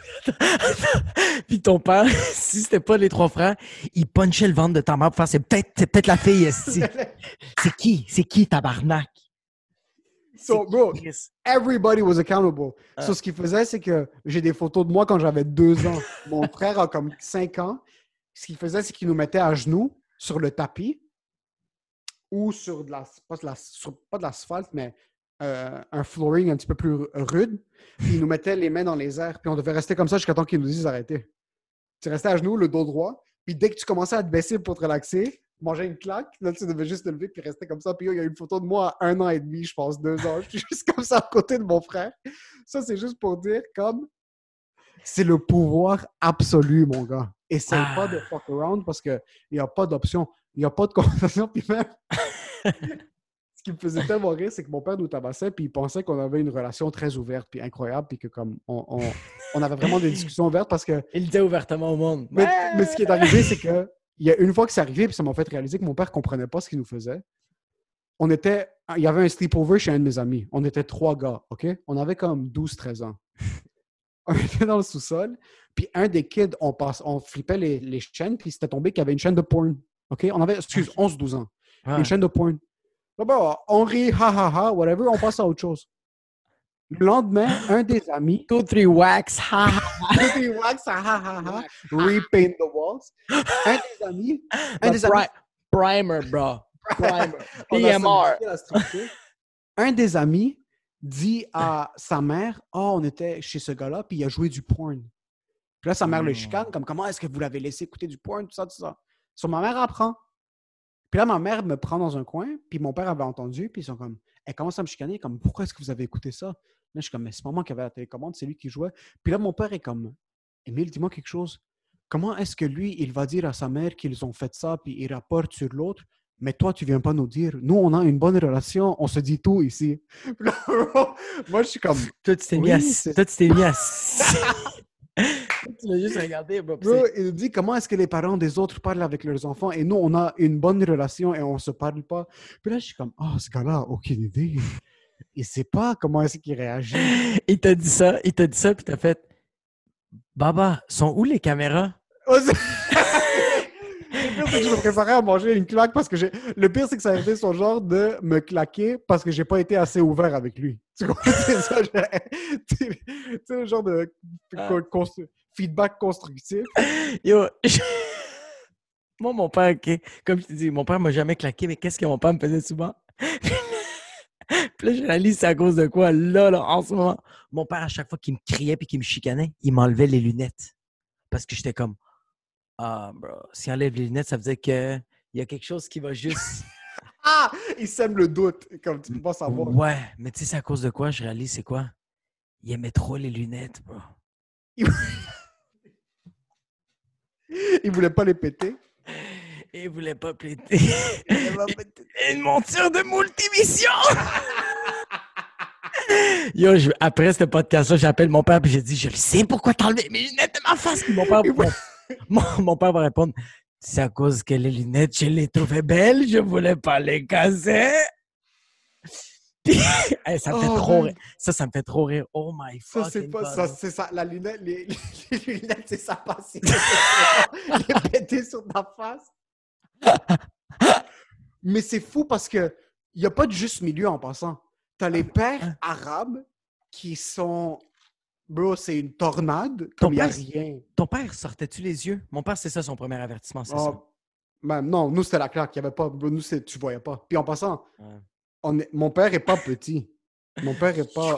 Puis ton père, si c'était pas les 3 frères, il punchait le ventre de ta mère pour faire c'est peut-être la fille ici. C'est qui tabarnak? So, bro, everybody was accountable. So, ce qu'il faisait, c'est que j'ai des photos de moi quand j'avais 2 ans. Mon frère a comme 5 ans. Ce qu'il faisait, c'est qu'il nous mettait à genoux sur le tapis ou sur pas de l'asphalte, mais un flooring un petit peu plus rude. Puis il nous mettait les mains dans les airs. Puis on devait rester comme ça jusqu'à temps qu'il nous dise d'arrêter. Tu restais à genoux, le dos droit. Puis dès que tu commençais à te baisser pour te relaxer, manger une claque, là, tu devais juste te lever puis rester comme ça. Puis il y a une photo de moi à 1 an et demi, je pense, 2 ans. Je suis juste comme ça à côté de mon frère. Ça, c'est juste pour dire comme c'est le pouvoir absolu, mon gars. Essaye pas de fuck around parce qu'il n'y a pas d'option. Il n'y a pas de conversation. Puis même, ce qui me faisait tellement rire, c'est que mon père nous tabassait puis il pensait qu'on avait une relation très ouverte puis incroyable puis que comme on avait vraiment des discussions ouvertes parce que... Il le disait ouvertement au monde. Mais ce qui est arrivé, c'est que il y a une fois que c'est arrivé, puis ça m'a fait réaliser que mon père ne comprenait pas ce qu'il nous faisait. Il y avait un sleepover chez un de mes amis. On était 3 gars, OK? On avait comme 12-13 ans. On était dans le sous-sol, puis un des kids, on flippait les chaînes, puis c'était tombé qu'il y avait une chaîne de porn, OK? On avait, 11-12 ans. Ouais. Une chaîne de porn. Là, on rit, ha, whatever, on passe à autre chose. Le lendemain, un des amis... 2-3 wax, ha, ha. 2-3 wax, ha. Repaint the walls. Un des amis... Primer, bro. Primer. PMR. Un des amis dit à sa mère, « Oh, on était chez ce gars-là, puis il a joué du porn. » Puis là, sa mère le chicane, comme « Comment est-ce que vous l'avez laissé écouter du porn? » Tout ça, tout ça. So, ma mère apprend. Puis là, ma mère me prend dans un coin, puis mon père avait entendu, puis ils sont comme, elle commence à me chicaner, comme, pourquoi est-ce que vous avez écouté ça? Là, je suis comme, mais c'est pas moi qui avait la télécommande, c'est lui qui jouait. Puis là, mon père est comme, Émile, dis-moi quelque chose. Comment est-ce que lui, il va dire à sa mère qu'ils ont fait ça, puis il rapporte sur l'autre, mais toi, tu viens pas nous dire. Nous, on a une bonne relation, on se dit tout ici. Puis là, moi, je suis comme, Toi, tu t'es mis à... Tu l'as juste regardé, bro. Bro, il dit comment est-ce que les parents des autres parlent avec leurs enfants et nous, on a une bonne relation et on se parle pas. Puis là, je suis comme, oh, ce gars-là, aucune idée. Il sait pas comment est-ce qu'il réagit. Il t'a dit ça, puis t'as fait, Baba, sont où les caméras? Oh, le pire, c'est que je me préparais à manger une claque parce que le pire, c'est que ça a été son genre de me claquer parce que j'ai pas été assez ouvert avec lui. Tu comprends? C'est ça, tu sais, le genre de feedback constructif. Yo, moi, mon père, OK, comme je te dis, mon père m'a jamais claqué, mais qu'est-ce que mon père me faisait souvent? Puis là, je réalise c'est à cause de quoi, là, en ce moment. Mon père, à chaque fois qu'il me criait puis qu'il me chicanait, il m'enlevait les lunettes. Parce que j'étais comme, ah, bro, s'il enlève les lunettes, ça veut dire qu'il y a quelque chose qui va juste... Ah! Il sème le doute, comme tu peux pas savoir. Ouais, mais tu sais, c'est à cause de quoi? Je réalise, c'est quoi? Il aimait trop les lunettes, bro. Il voulait pas les péter. Il voulait pas péter. Une monture de multimission! Yo, après ce podcast-là, j'appelle mon père et j'ai dit, je le sais pourquoi t'as enlevé mes lunettes de ma face. Puis mon père va répondre, c'est à cause que les lunettes, je les trouvais belles, je voulais pas les casser. Hey, ça me fait trop rire. Ça me fait trop rire. Oh my fucking Ça, c'est pas God. ça, c'est ça. La lunette, les lunettes, c'est sa passion. Les péter sur ta face. Mais c'est fou parce que il n'y a pas de juste milieu en passant. Tu as les pères arabes qui sont... Bro, c'est une tornade, comme il n'y a rien. Ton père sortait-tu les yeux? Mon père, c'est ça son premier avertissement, c'est ça. Ben, non, nous, c'était la claque. Il y avait pas... Bro, nous, tu voyais pas. Puis en passant, mon père est pas petit. Mon père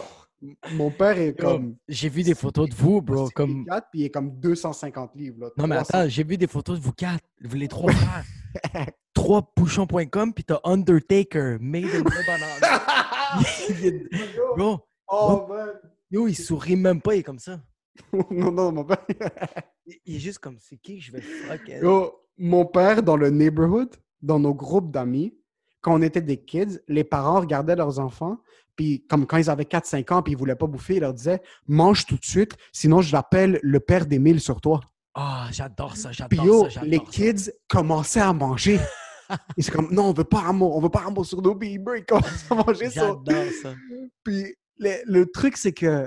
est comme... J'ai vu des photos de vous, bro. Comme... 4, puis il est comme 250 livres. Là, non, mais attends, j'ai vu des photos de vous quatre. Vous les trois frères. 3bouchons.com, puis t'as Undertaker, made in Lebanon. Bro, oh, man. Yo, il sourit même pas, il est comme ça. non, mon père. Il est juste comme, c'est qui que je vais fuck? Yo, mon père, dans le neighborhood, dans nos groupes d'amis, quand on était des kids, les parents regardaient leurs enfants, puis comme quand ils avaient 4-5 ans, puis ils voulaient pas bouffer, ils leur disaient « Mange tout de suite, sinon je l'appelle le père d'Émile sur toi. » Ah, j'adore ça. Puis yo, les kids commençaient à manger. Ils sont comme « Non, on veut pas amour sur nos puis ils commencent à manger ça. » J'adore ça. Puis le truc, c'est que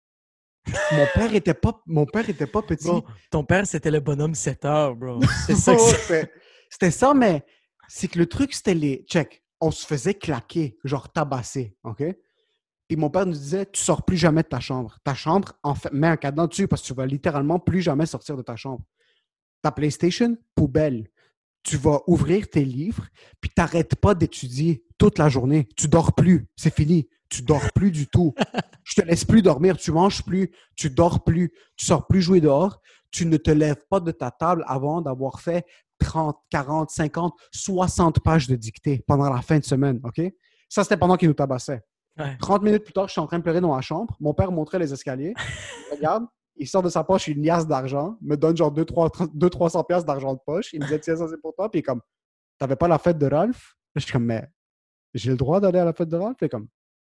mon père était pas petit. Bro, ton père, c'était le bonhomme 7 heures, bro. C'est ça que c'était ça, mais c'est que le truc, c'était les... Check, on se faisait claquer, genre tabasser, OK? Puis mon père nous disait, tu sors plus jamais de ta chambre. Ta chambre, en fait, mets un cadenas dessus parce que tu vas littéralement plus jamais sortir de ta chambre. Ta PlayStation, poubelle. Tu vas ouvrir tes livres, puis t'arrêtes pas d'étudier toute la journée. Tu dors plus, c'est fini. Tu dors plus du tout. Je te laisse plus dormir, tu manges plus, tu dors plus, tu sors plus jouer dehors. Tu ne te lèves pas de ta table avant d'avoir fait 30, 40, 50, 60 pages de dictée pendant la fin de semaine, OK? Ça, c'était pendant qu'il nous tabassait. Ouais. 30 minutes plus tard, je suis en train de pleurer dans ma chambre. Mon père montrait les escaliers. Regarde, il sort de sa poche une liasse d'argent, me donne genre 200-300 piastres d'argent de poche. Il me dit, tiens, ça, c'est pour toi. Puis il est comme, t'avais pas la fête de Ralph? Là, je suis comme, mais j'ai le droit d'aller à la fête de Ralph? Il est comme,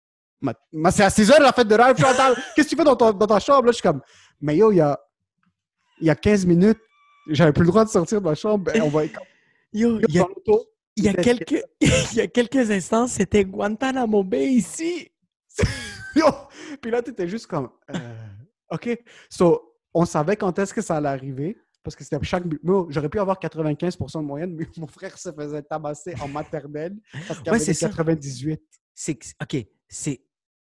c'est à 6 heures la fête de Ralph. Qu'est-ce que tu fais dans ta chambre? Là, je suis comme, mais yo, il y a 15 minutes, j'avais plus le droit de sortir de ma chambre. Ben, on va il y a quelques instants, c'était Guantanamo Bay ici. Yo! Puis là, tu étais juste comme, OK. So, on savait quand est-ce que ça allait arriver. Parce que c'était chaque... Moi, j'aurais pu avoir 95% de moyenne, mais mon frère se faisait tabasser en maternelle parce qu'il avait 98. OK, c'est...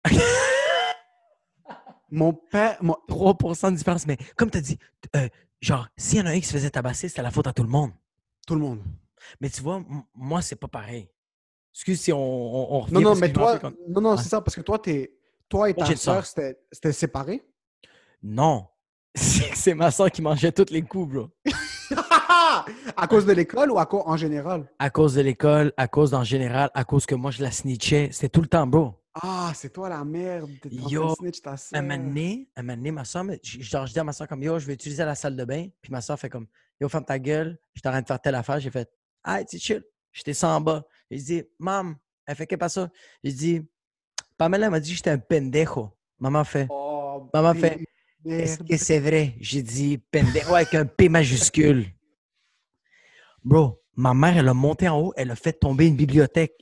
Mon père... 3% de différence, mais comme tu as dit, genre, s'il y en a un qui se faisait tabasser, c'était la faute à tout le monde. Tout le monde. Mais tu vois, moi, c'est pas pareil. Excuse si on revient... Non, mais toi... Non, c'est ça, parce que toi, t'es... Toi et Moi, ta j'ai une sœur, sœur. c'était séparé? Non. C'est ma soeur qui mangeait tous les coups, bro. À cause de l'école ou en général? À cause de l'école, à cause en général, à cause que moi, je la snitchais. C'était tout le temps, bro. Ah, c'est toi la merde. T'es en train de Yo, snitch ta un sœur. moment donné, ma soeur, genre, je dis à ma soeur comme, yo, je vais utiliser la salle de bain. Puis ma soeur fait comme, yo, ferme ta gueule. Je suis en train de faire telle affaire. J'ai fait, ah, c'est chill. J'étais sans en bas. J'ai dit, maman, elle fait, qu'est-ce pas ça? J'ai dit, Pamela m'a dit que j'étais un pendejo. Oh, Maman fait, est-ce merde. que c'est vrai? J'ai dit, pendejo avec un P majuscule. Bro, ma mère, elle a monté en haut, elle a fait tomber une bibliothèque.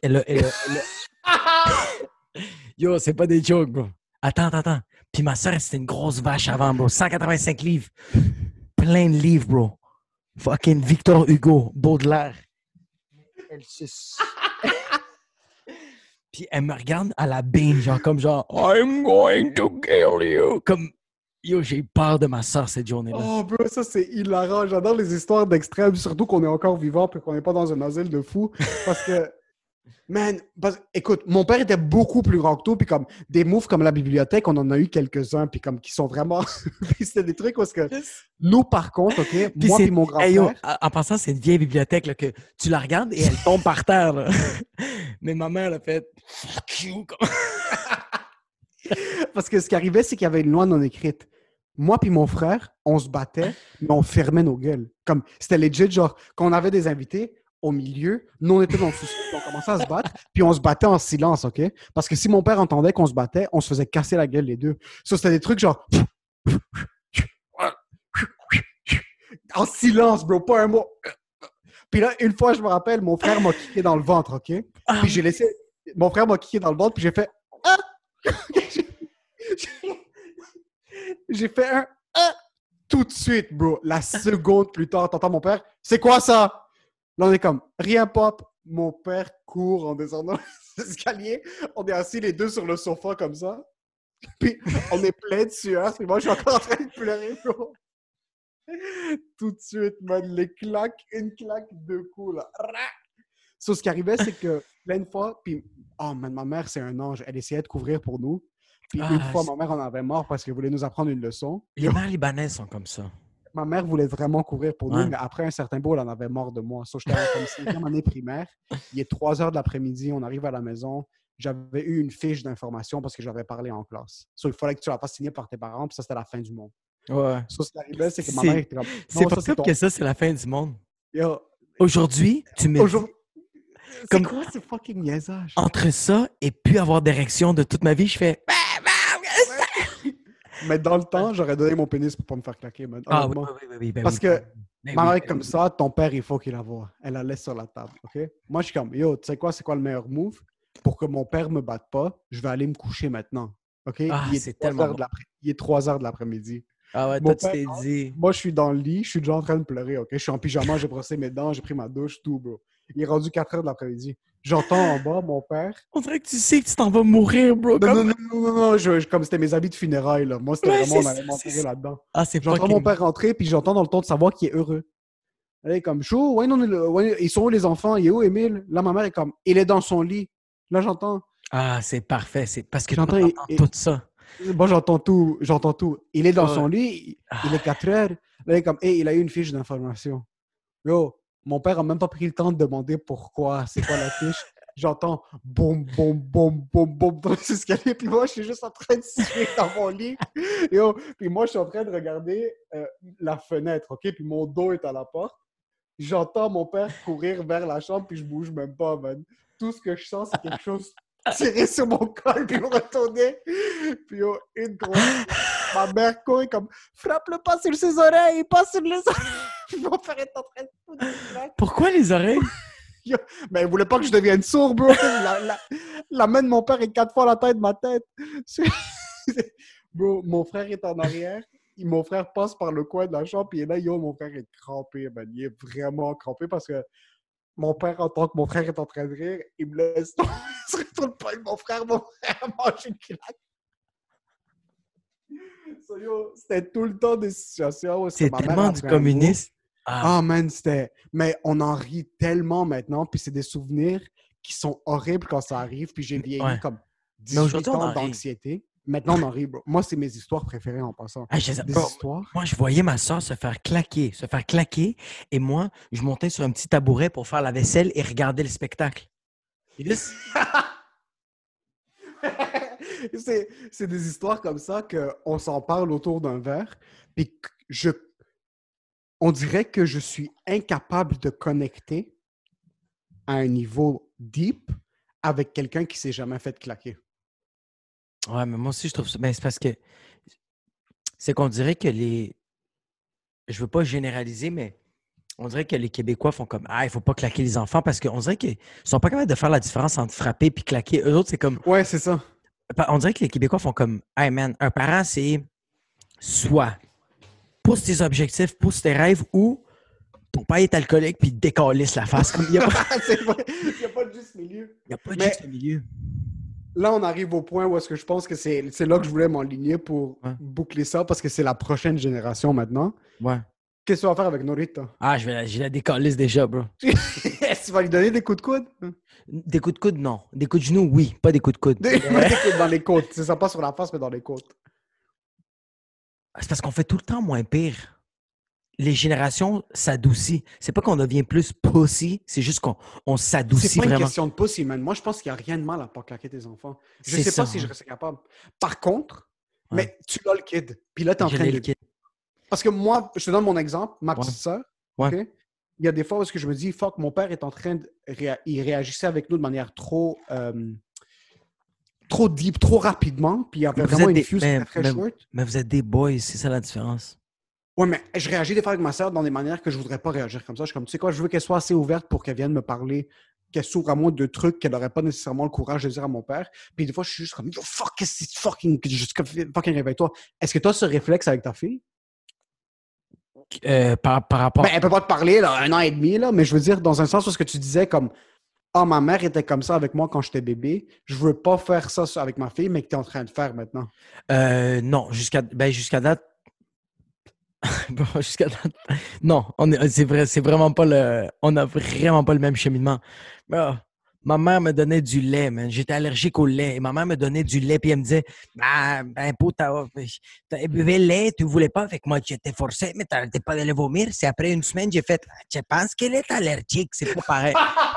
Yo, c'est pas des jokes, bro. Attends. Puis ma soeur, c'était une grosse vache avant, bro. 185 livres. Plein de livres, bro. Fucking Victor Hugo, Baudelaire. Elle se... Puis elle me regarde à la bine, genre comme genre I'm going to kill you. Comme yo, j'ai peur de ma soeur cette journée-là. Oh, bro, ça c'est hilarant. J'adore les histoires d'extrêmes, surtout qu'on est encore vivant et qu'on n'est pas dans un asile de fous. Parce que, man, écoute, mon père était beaucoup plus grand que tout, puis comme des moves comme la bibliothèque, on en a eu quelques-uns, puis comme qui sont vraiment. Puis c'était des trucs parce que nous, par contre, OK, moi puis mon grand-père. Hey, yo, en passant, c'est une vieille bibliothèque là, que tu la regardes et elle tombe par terre. Là. Mais ma mère, elle a fait fuck you. Parce que ce qui arrivait, c'est qu'il y avait une loi non écrite. Moi puis mon frère, on se battait, mais on fermait nos gueules. Comme, c'était legit, genre, quand on avait des invités, au milieu, nous, on était dans le sous-sol, on commençait à se battre, puis on se battait en silence, OK? Parce que si mon père entendait qu'on se battait, on se faisait casser la gueule les deux. Ça, c'était des trucs genre... En silence, bro, pas un mot. Puis là, une fois, je me rappelle, mon frère m'a kické dans le ventre, OK? Puis j'ai laissé... Mon frère m'a kické dans le ventre, puis j'ai fait... J'ai fait un tout de suite, bro. La seconde plus tard, t'entends mon père, c'est quoi ça? Là, on est comme, rien pop. Mon père court en descendant l'escalier. On est assis les deux sur le sofa comme ça. Puis on est plein de sueur. Puis moi, je suis encore en train de pleurer, bro. Tout de suite, man, une claque, deux coups, là. So, ce qui arrivait, c'est que plein de fois, puis, oh man, ma mère, c'est un ange. Elle essayait de couvrir pour nous. Puis une fois, ma mère en avait marre parce qu'elle voulait nous apprendre une leçon. Les mères libanaises sont comme ça. Ma mère voulait vraiment couvrir pour nous, mais après un certain bout, elle en avait marre de moi. So, j'étais comme 5e année primaire. Il est 3h de l'après-midi, on arrive à la maison. J'avais eu une fiche d'information parce que j'avais parlé en classe. So, il fallait que tu la fasses signer par tes parents, puis ça, c'était la fin du monde. Ouais. So, ce qui arrivait, c'est que ma mère était comme... C'est possible que ça, c'est la fin du monde. Yo, aujourd'hui, tu me dis... C'est quoi ce fucking niaisage? Entre ça et puis avoir d'érection de toute ma vie, je fais... Mais dans le temps, j'aurais donné mon pénis pour pas me faire claquer, man. Ah oui. Ben parce oui, que ben ma mère est oui. comme ça, ton père, il faut qu'il la voie. Elle la laisse sur la table, OK? Moi, je suis comme, yo, tu sais quoi, c'est quoi le meilleur move? Pour que mon père me batte pas, je vais aller me coucher maintenant, OK? Ah, c'est tellement bon. Il est 3h de l'après-midi. Ah ouais, Mon toi, tu t'es dit... Moi, je suis dans le lit, je suis déjà en train de pleurer, OK? Je suis en pyjama, j'ai brossé mes dents, j'ai pris ma douche, tout, bro. Il est rendu 4h de l'après-midi. J'entends en bas mon père. On dirait que tu sais que tu t'en vas mourir, bro. Non, comme c'était mes habits de funérailles, là. Moi, c'était vraiment, on allait m'enterrer là-dedans. Ah, c'est pas J'entends mon père rentrer, puis j'entends dans le ton de sa voix qu'il est heureux. Elle est comme, chaud, ouais, non, ils sont où les enfants? Il est où, Émile? Là, ma mère est comme, il est dans son lit. Là, j'entends. Ah, c'est parfait. C'est parce que j'entends tout ça. Moi, j'entends tout. Il est dans son lit, il est 4h. Là, il est comme, hey, il a eu une fiche d'information. Yo, mon père a même pas pris le temps de demander pourquoi, c'est quoi la fiche. J'entends boum, boum, boum, boum, boum dans l'escalier. Puis moi, je suis juste en train de suivre dans mon lit. Yo, puis moi, je suis en train de regarder la fenêtre, OK? Puis mon dos est à la porte. J'entends mon père courir vers la chambre, puis je bouge même pas, man. Tout ce que je sens, c'est quelque chose tirer sur mon col, puis me retourner. Puis yo, une grosse... Ma mère court comme « Frappe-le pas sur ses oreilles, pas sur les oreilles! » Mon père est en train de foutre des claques. Pourquoi les oreilles? Mais il voulait pas que je devienne sourd, bro. La main de mon père est 4 fois la taille de ma tête. Bro, mon frère est en arrière. Mon frère passe par le coin de la chambre, puis là, yo, mon frère est crampé, man. Il est vraiment crampé parce que mon père, en tant que mon frère est en train de rire, il me laisse sur le poing de mon frère mange une claque. So, yo, c'était tout le temps des situations où c'est tellement du communiste. Ah, man, c'était... Mais on en rit tellement maintenant, puis c'est des souvenirs qui sont horribles quand ça arrive, puis j'ai vieilli comme 18 ans d'anxiété. Maintenant, on en rit, bro. Moi, c'est mes histoires préférées en passant. Ah, Des bro, histoires. moi, je voyais ma soeur se faire claquer. Et moi, je montais sur un petit tabouret pour faire la vaisselle et regarder le spectacle. Et là, C'est des histoires comme ça qu'on s'en parle autour d'un verre. Puis on dirait que je suis incapable de connecter à un niveau deep avec quelqu'un qui s'est jamais fait claquer. ouais, mais moi aussi, je trouve ça. Ben, c'est parce que c'est qu'on dirait que je veux pas généraliser, mais on dirait que les Québécois font comme il faut pas claquer les enfants parce qu'on dirait qu'ils sont pas capables de faire la différence entre frapper et claquer. Eux autres, c'est comme. Ouais, c'est ça. On dirait que les Québécois font comme hey man, un parent, c'est soit pousse tes objectifs, pousse tes rêves ou ton père est alcoolique puis décalisse la face. Comme il n'y a pas C'est vrai. Il n'y a pas de juste milieu. il y a pas de Mais- juste milieu. Là, on arrive au point où est-ce que je pense que c'est là que je voulais m'enligner pour Ouais. boucler ça parce que c'est la prochaine génération maintenant. Ouais. Qu'est-ce que tu vas faire avec Norita? Ah, j'ai la décalisse déjà, bro. Est-ce que tu vas lui donner des coups de coude? Des coups de coude, non. Des coups de genoux, oui. Pas des coups de coude. Des coups dans les côtes. C'est ça, pas sur la face, mais dans les côtes. C'est parce qu'on fait tout le temps moins pire. Les générations s'adoucissent. C'est pas qu'on devient plus pussy, c'est juste qu'on s'adoucit C'est pas vraiment. une question de pussy, man. Moi, je pense qu'il n'y a rien de mal à pas claquer tes enfants. Je C'est sais ça, pas si je hein. serais capable. Par contre, Ouais. mais tu l'as le kid. Puis là, tu es en Je train l'ai de... le kid. Parce que moi, je te donne mon exemple, ma Ouais. petite sœur, Ouais. OK? Il y a des fois où est-ce que je me dis, fuck, mon père est en train de... Il réagissait avec nous de manière trop deep, trop rapidement, puis il y avait Mais vous vraiment êtes une des- fuse mais- très mais- short. Mais vous êtes des boys, c'est ça la différence. Ouais, mais je réagis des fois avec ma sœur dans des manières que je voudrais pas réagir comme ça. Je suis comme, tu sais quoi, je veux qu'elle soit assez ouverte pour qu'elle vienne me parler, qu'elle s'ouvre à moi de trucs qu'elle n'aurait pas nécessairement le courage de dire à mon père. Puis des fois, je suis juste comme, yo, fuck, qu'est-ce que c'est fucking, fucking réveille-toi. Est-ce que tu as ce réflexe avec ta fille? Par rapport. Ben, elle peut pas te parler, là, 1 an et demi, là, mais je veux dire, dans un sens où ce que tu disais comme, ma mère était comme ça avec moi quand j'étais bébé, je veux pas faire ça avec ma fille, mais que tu es en train de faire maintenant. Non, jusqu'à date. Bon, jusqu'à date. Non, c'est vrai, c'est vraiment pas on n'a vraiment pas le même cheminement. Ah, ma mère me donnait du lait, man. J'étais allergique au lait. Et ma mère me donnait du lait, puis elle me disait t'as buvais le lait, tu voulais pas. Fait que moi, j'étais forcé, mais t'arrêtais pas de le vomir. C'est après une semaine, j'ai fait je pense qu'elle est allergique. C'est pas pareil.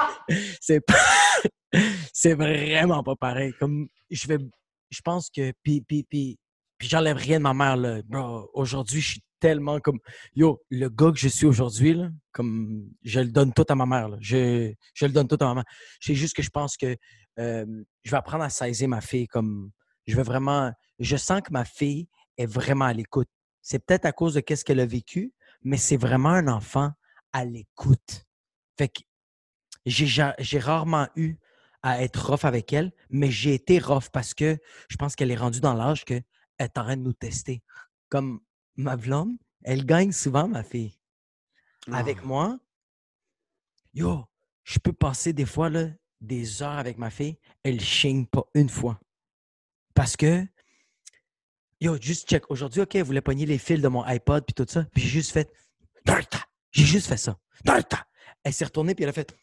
C'est vraiment pas pareil. Comme je pense que. Puis j'enlève rien de ma mère, là. Bro, aujourd'hui, je suis tellement comme. Yo, le gars que je suis aujourd'hui, là, comme je le donne tout à ma mère. Là. Je le donne tout à ma mère. C'est juste que je pense que je vais apprendre à saisir ma fille comme. Je sens que ma fille est vraiment à l'écoute. C'est peut-être à cause de qu'est-ce qu'elle a vécu, mais c'est vraiment un enfant à l'écoute. Fait que j'ai rarement eu à être rough avec elle, mais j'ai été rough parce que je pense qu'elle est rendue dans l'âge qu'elle est en train de nous tester. Comme ma blonde, elle gagne souvent, ma fille. Avec moi, yo, je peux passer des fois là, des heures avec ma fille, elle chigne pas une fois. Parce que, yo, juste check. Aujourd'hui, OK, elle voulait pogner les fils de mon iPod puis tout ça, puis j'ai juste fait ça. Elle s'est retournée puis elle a fait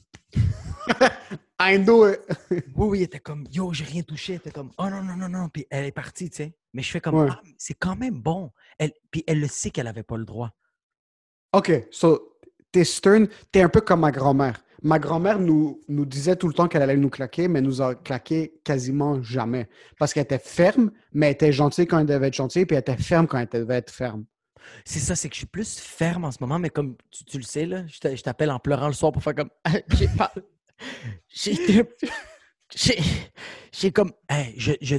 I do it. oui, elle était comme, yo, j'ai rien touché. Elle était comme, oh non. Puis elle est partie, tu sais. Mais je fais comme, Ouais. c'est quand même bon. Puis elle le sait qu'elle n'avait pas le droit. OK, so, t'es stern, t'es un peu comme ma grand-mère. Ma grand-mère nous disait tout le temps qu'elle allait nous claquer, mais nous a claqué quasiment jamais. Parce qu'elle était ferme, mais elle était gentille quand elle devait être gentille, puis elle était ferme quand elle devait être ferme. C'est ça, c'est que je suis plus ferme en ce moment, mais comme tu le sais, là, je t'appelle en pleurant le soir pour faire comme, j'ai comme, hey,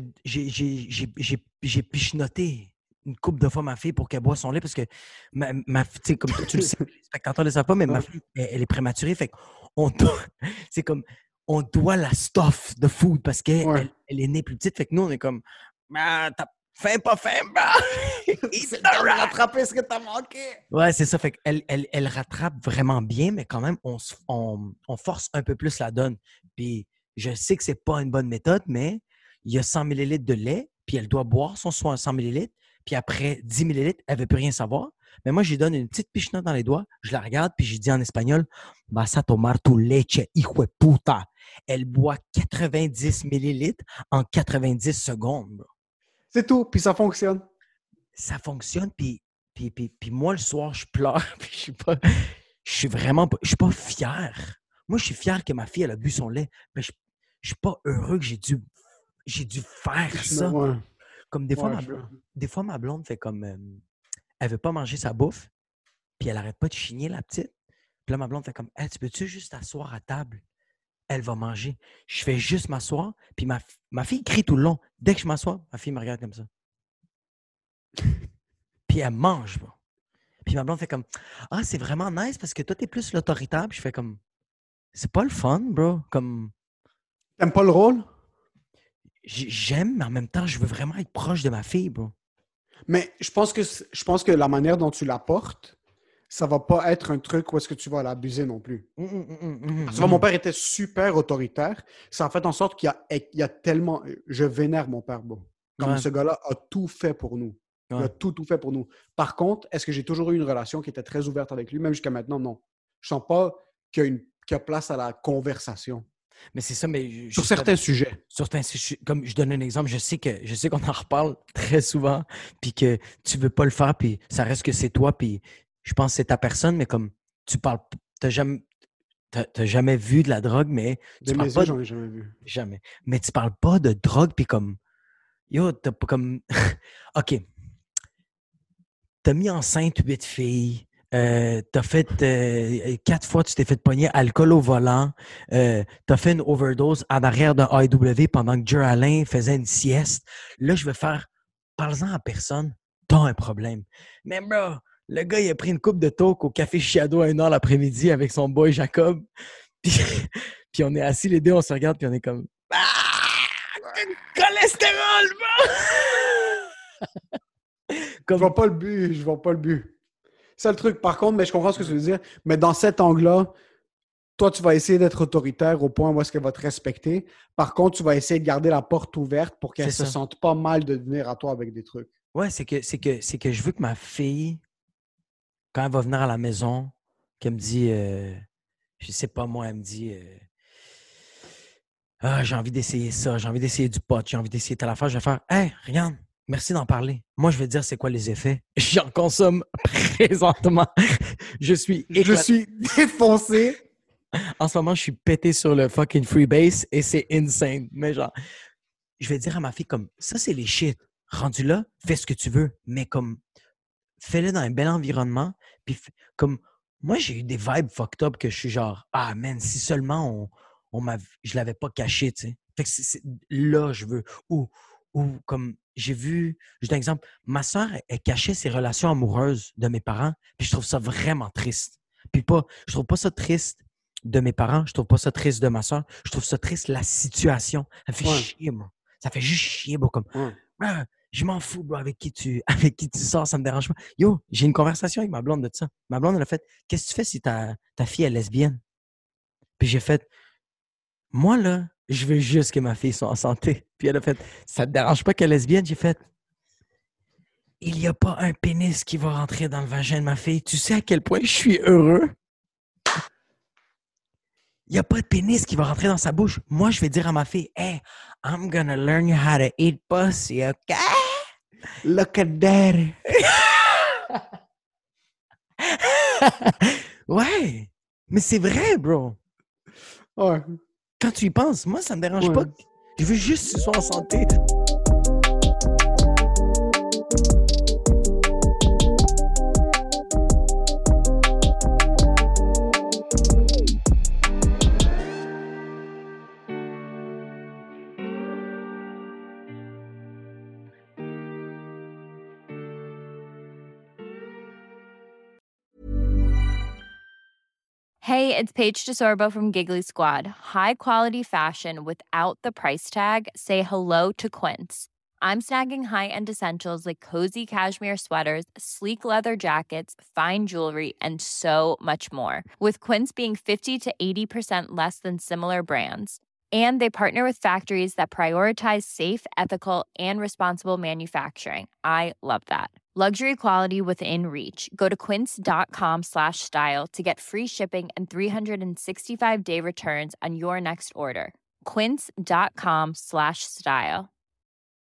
j'ai pichenoté une couple de fois ma fille pour qu'elle boive son lait parce que ma tu sais, comme toi, tu le sais, les spectateurs ne le savent pas, mais ma fille, elle est prématurée. Fait qu'on doit, c'est comme, on doit la stuff de food parce qu'elle elle est née plus petite. Fait que nous, on est comme, t'as faim, pas faim, bah! C'est temps de rattraper ce que t'as manqué. Ouais, c'est ça. Fait qu'elle elle rattrape vraiment bien, mais quand même, on force un peu plus la donne. Puis je sais que c'est pas une bonne méthode, mais il y a 100 ml de lait, puis elle doit boire son 100 ml, puis après 10 ml, elle veut plus rien savoir. Mais moi, je lui donne une petite pichenote dans les doigts, je la regarde, puis je dis en espagnol, vas a tomar tu leche, hijo de puta. Elle boit 90 ml en 90 secondes, bro. C'est tout, puis ça fonctionne. Ça fonctionne, puis moi, le soir, je pleure, puis je suis pas fier. Moi, je suis fier que ma fille, elle a bu son lait, mais je suis pas heureux que j'ai dû faire ça. Ouais. Comme des fois, Ouais, ma blonde fait comme... elle veut pas manger sa bouffe, puis elle arrête pas de chigner, la petite. Puis là, ma blonde fait comme, hey, tu peux-tu juste t'asseoir à table? Elle va manger. Je fais juste m'asseoir, puis ma fille crie tout le long. Dès que je m'assois, ma fille me regarde comme ça. Puis elle mange, bro. Puis ma blonde fait comme, ah, c'est vraiment nice parce que toi, t'es plus l'autoritaire. Puis je fais comme, c'est pas le fun, bro. Comme, T'aimes pas le rôle? j'aime, mais en même temps, je veux vraiment être proche de ma fille, bro. Mais je pense que la manière dont tu la portes, ça va pas être un truc où est-ce que tu vas l'abuser non plus. Parce que mon père était super autoritaire. Ça a fait en sorte qu'il y a tellement... Je vénère mon père, bon. Comme ce gars-là a tout fait pour nous. Il a tout fait pour nous. Par contre, est-ce que j'ai toujours eu une relation qui était très ouverte avec lui? Même jusqu'à maintenant, non. Je sens pas qu'il y a place à la conversation. Mais c'est ça, mais... Sur certains sujets. Comme je donne un exemple, je sais qu'on en reparle très souvent, puis que tu veux pas le faire, puis ça reste que c'est toi, puis je pense que c'est ta personne, mais comme tu parles... T'as jamais vu de la drogue, mais... De mes yeux, j'en ai jamais vu. Jamais. Mais tu parles pas de drogue, puis comme... Yo, t'as pas comme... OK. T'as mis enceinte 8 filles. T'as fait 4 fois, tu t'es fait pogner alcool au volant. T'as fait une overdose en arrière d'un AEW pendant que Jer Alain faisait une sieste. Là, je vais faire... Parle-en à personne. T'as un problème. Mais bro, le gars, il a pris une coupe de talk au Café Chiado à 1h l'après-midi avec son boy Jacob. Puis on est assis les deux, on se regarde, puis on est comme... Cholestérol, bro! Je vois pas le but. C'est le truc. Par contre, mais je comprends ce que tu veux dire. Mais dans cet angle-là, toi, tu vas essayer d'être autoritaire au point où est-ce qu'elle va te respecter. Par contre, tu vas essayer de garder la porte ouverte pour qu'elle se sente pas mal de venir à toi avec des trucs. Ouais, c'est que je veux que ma fille, quand elle va venir à la maison, qu'elle me dit, je sais pas moi, elle me dit, j'ai envie d'essayer ça, j'ai envie d'essayer du pot, j'ai envie d'essayer telle affaire, je vais faire, hey, regarde, merci d'en parler. Moi, je vais te dire c'est quoi les effets. J'en consomme présentement. Je suis défoncé. En ce moment, je suis pété sur le fucking freebase et c'est insane. Mais genre, je vais dire à ma fille comme, ça, c'est les shit. Rendu là, fais ce que tu veux, mais comme, fais-le dans un bel environnement. Puis comme, moi, j'ai eu des vibes fucked up que je suis genre, ah man, si seulement je l'avais pas caché, tu sais. Fait que là, je veux. Ou comme, j'ai vu, je donne un exemple, ma soeur, elle cachait ses relations amoureuses de mes parents, puis je trouve ça vraiment triste. Puis je trouve pas ça triste de mes parents, je trouve pas ça triste de ma soeur, je trouve ça triste la situation. Ça fait chier, moi. Ça fait juste chier, bro, comme, je m'en fous, bro, avec qui tu sors, ça me dérange pas. Yo, j'ai une conversation avec ma blonde de ça. Ma blonde, elle a fait, qu'est-ce que tu fais si ta fille est lesbienne? Puis j'ai fait, moi, là, je veux juste que ma fille soit en santé. Puis elle a fait, ça te dérange pas qu'elle est lesbienne? J'ai fait, il n'y a pas un pénis qui va rentrer dans le vagin de ma fille. Tu sais à quel point je suis heureux? Il n'y a pas de pénis qui va rentrer dans sa bouche. Moi, je vais dire à ma fille, hey, I'm gonna learn you how to eat pussy, okay? Look at that. Ouais, mais c'est vrai, bro. Ouais. Quand tu y penses, moi, ça me dérange pas. Je veux juste que tu sois en santé. Hey, it's Paige DeSorbo from Giggly Squad. High quality fashion without the price tag. Say hello to Quince. I'm snagging high-end essentials like cozy cashmere sweaters, sleek leather jackets, fine jewelry, and so much more. With Quince being 50 to 80% less than similar brands. And they partner with factories that prioritize safe, ethical, and responsible manufacturing. I love that. Luxury quality within reach. Go to quince.com/style to get free shipping and 365-day returns on your next order. Quince.com/style.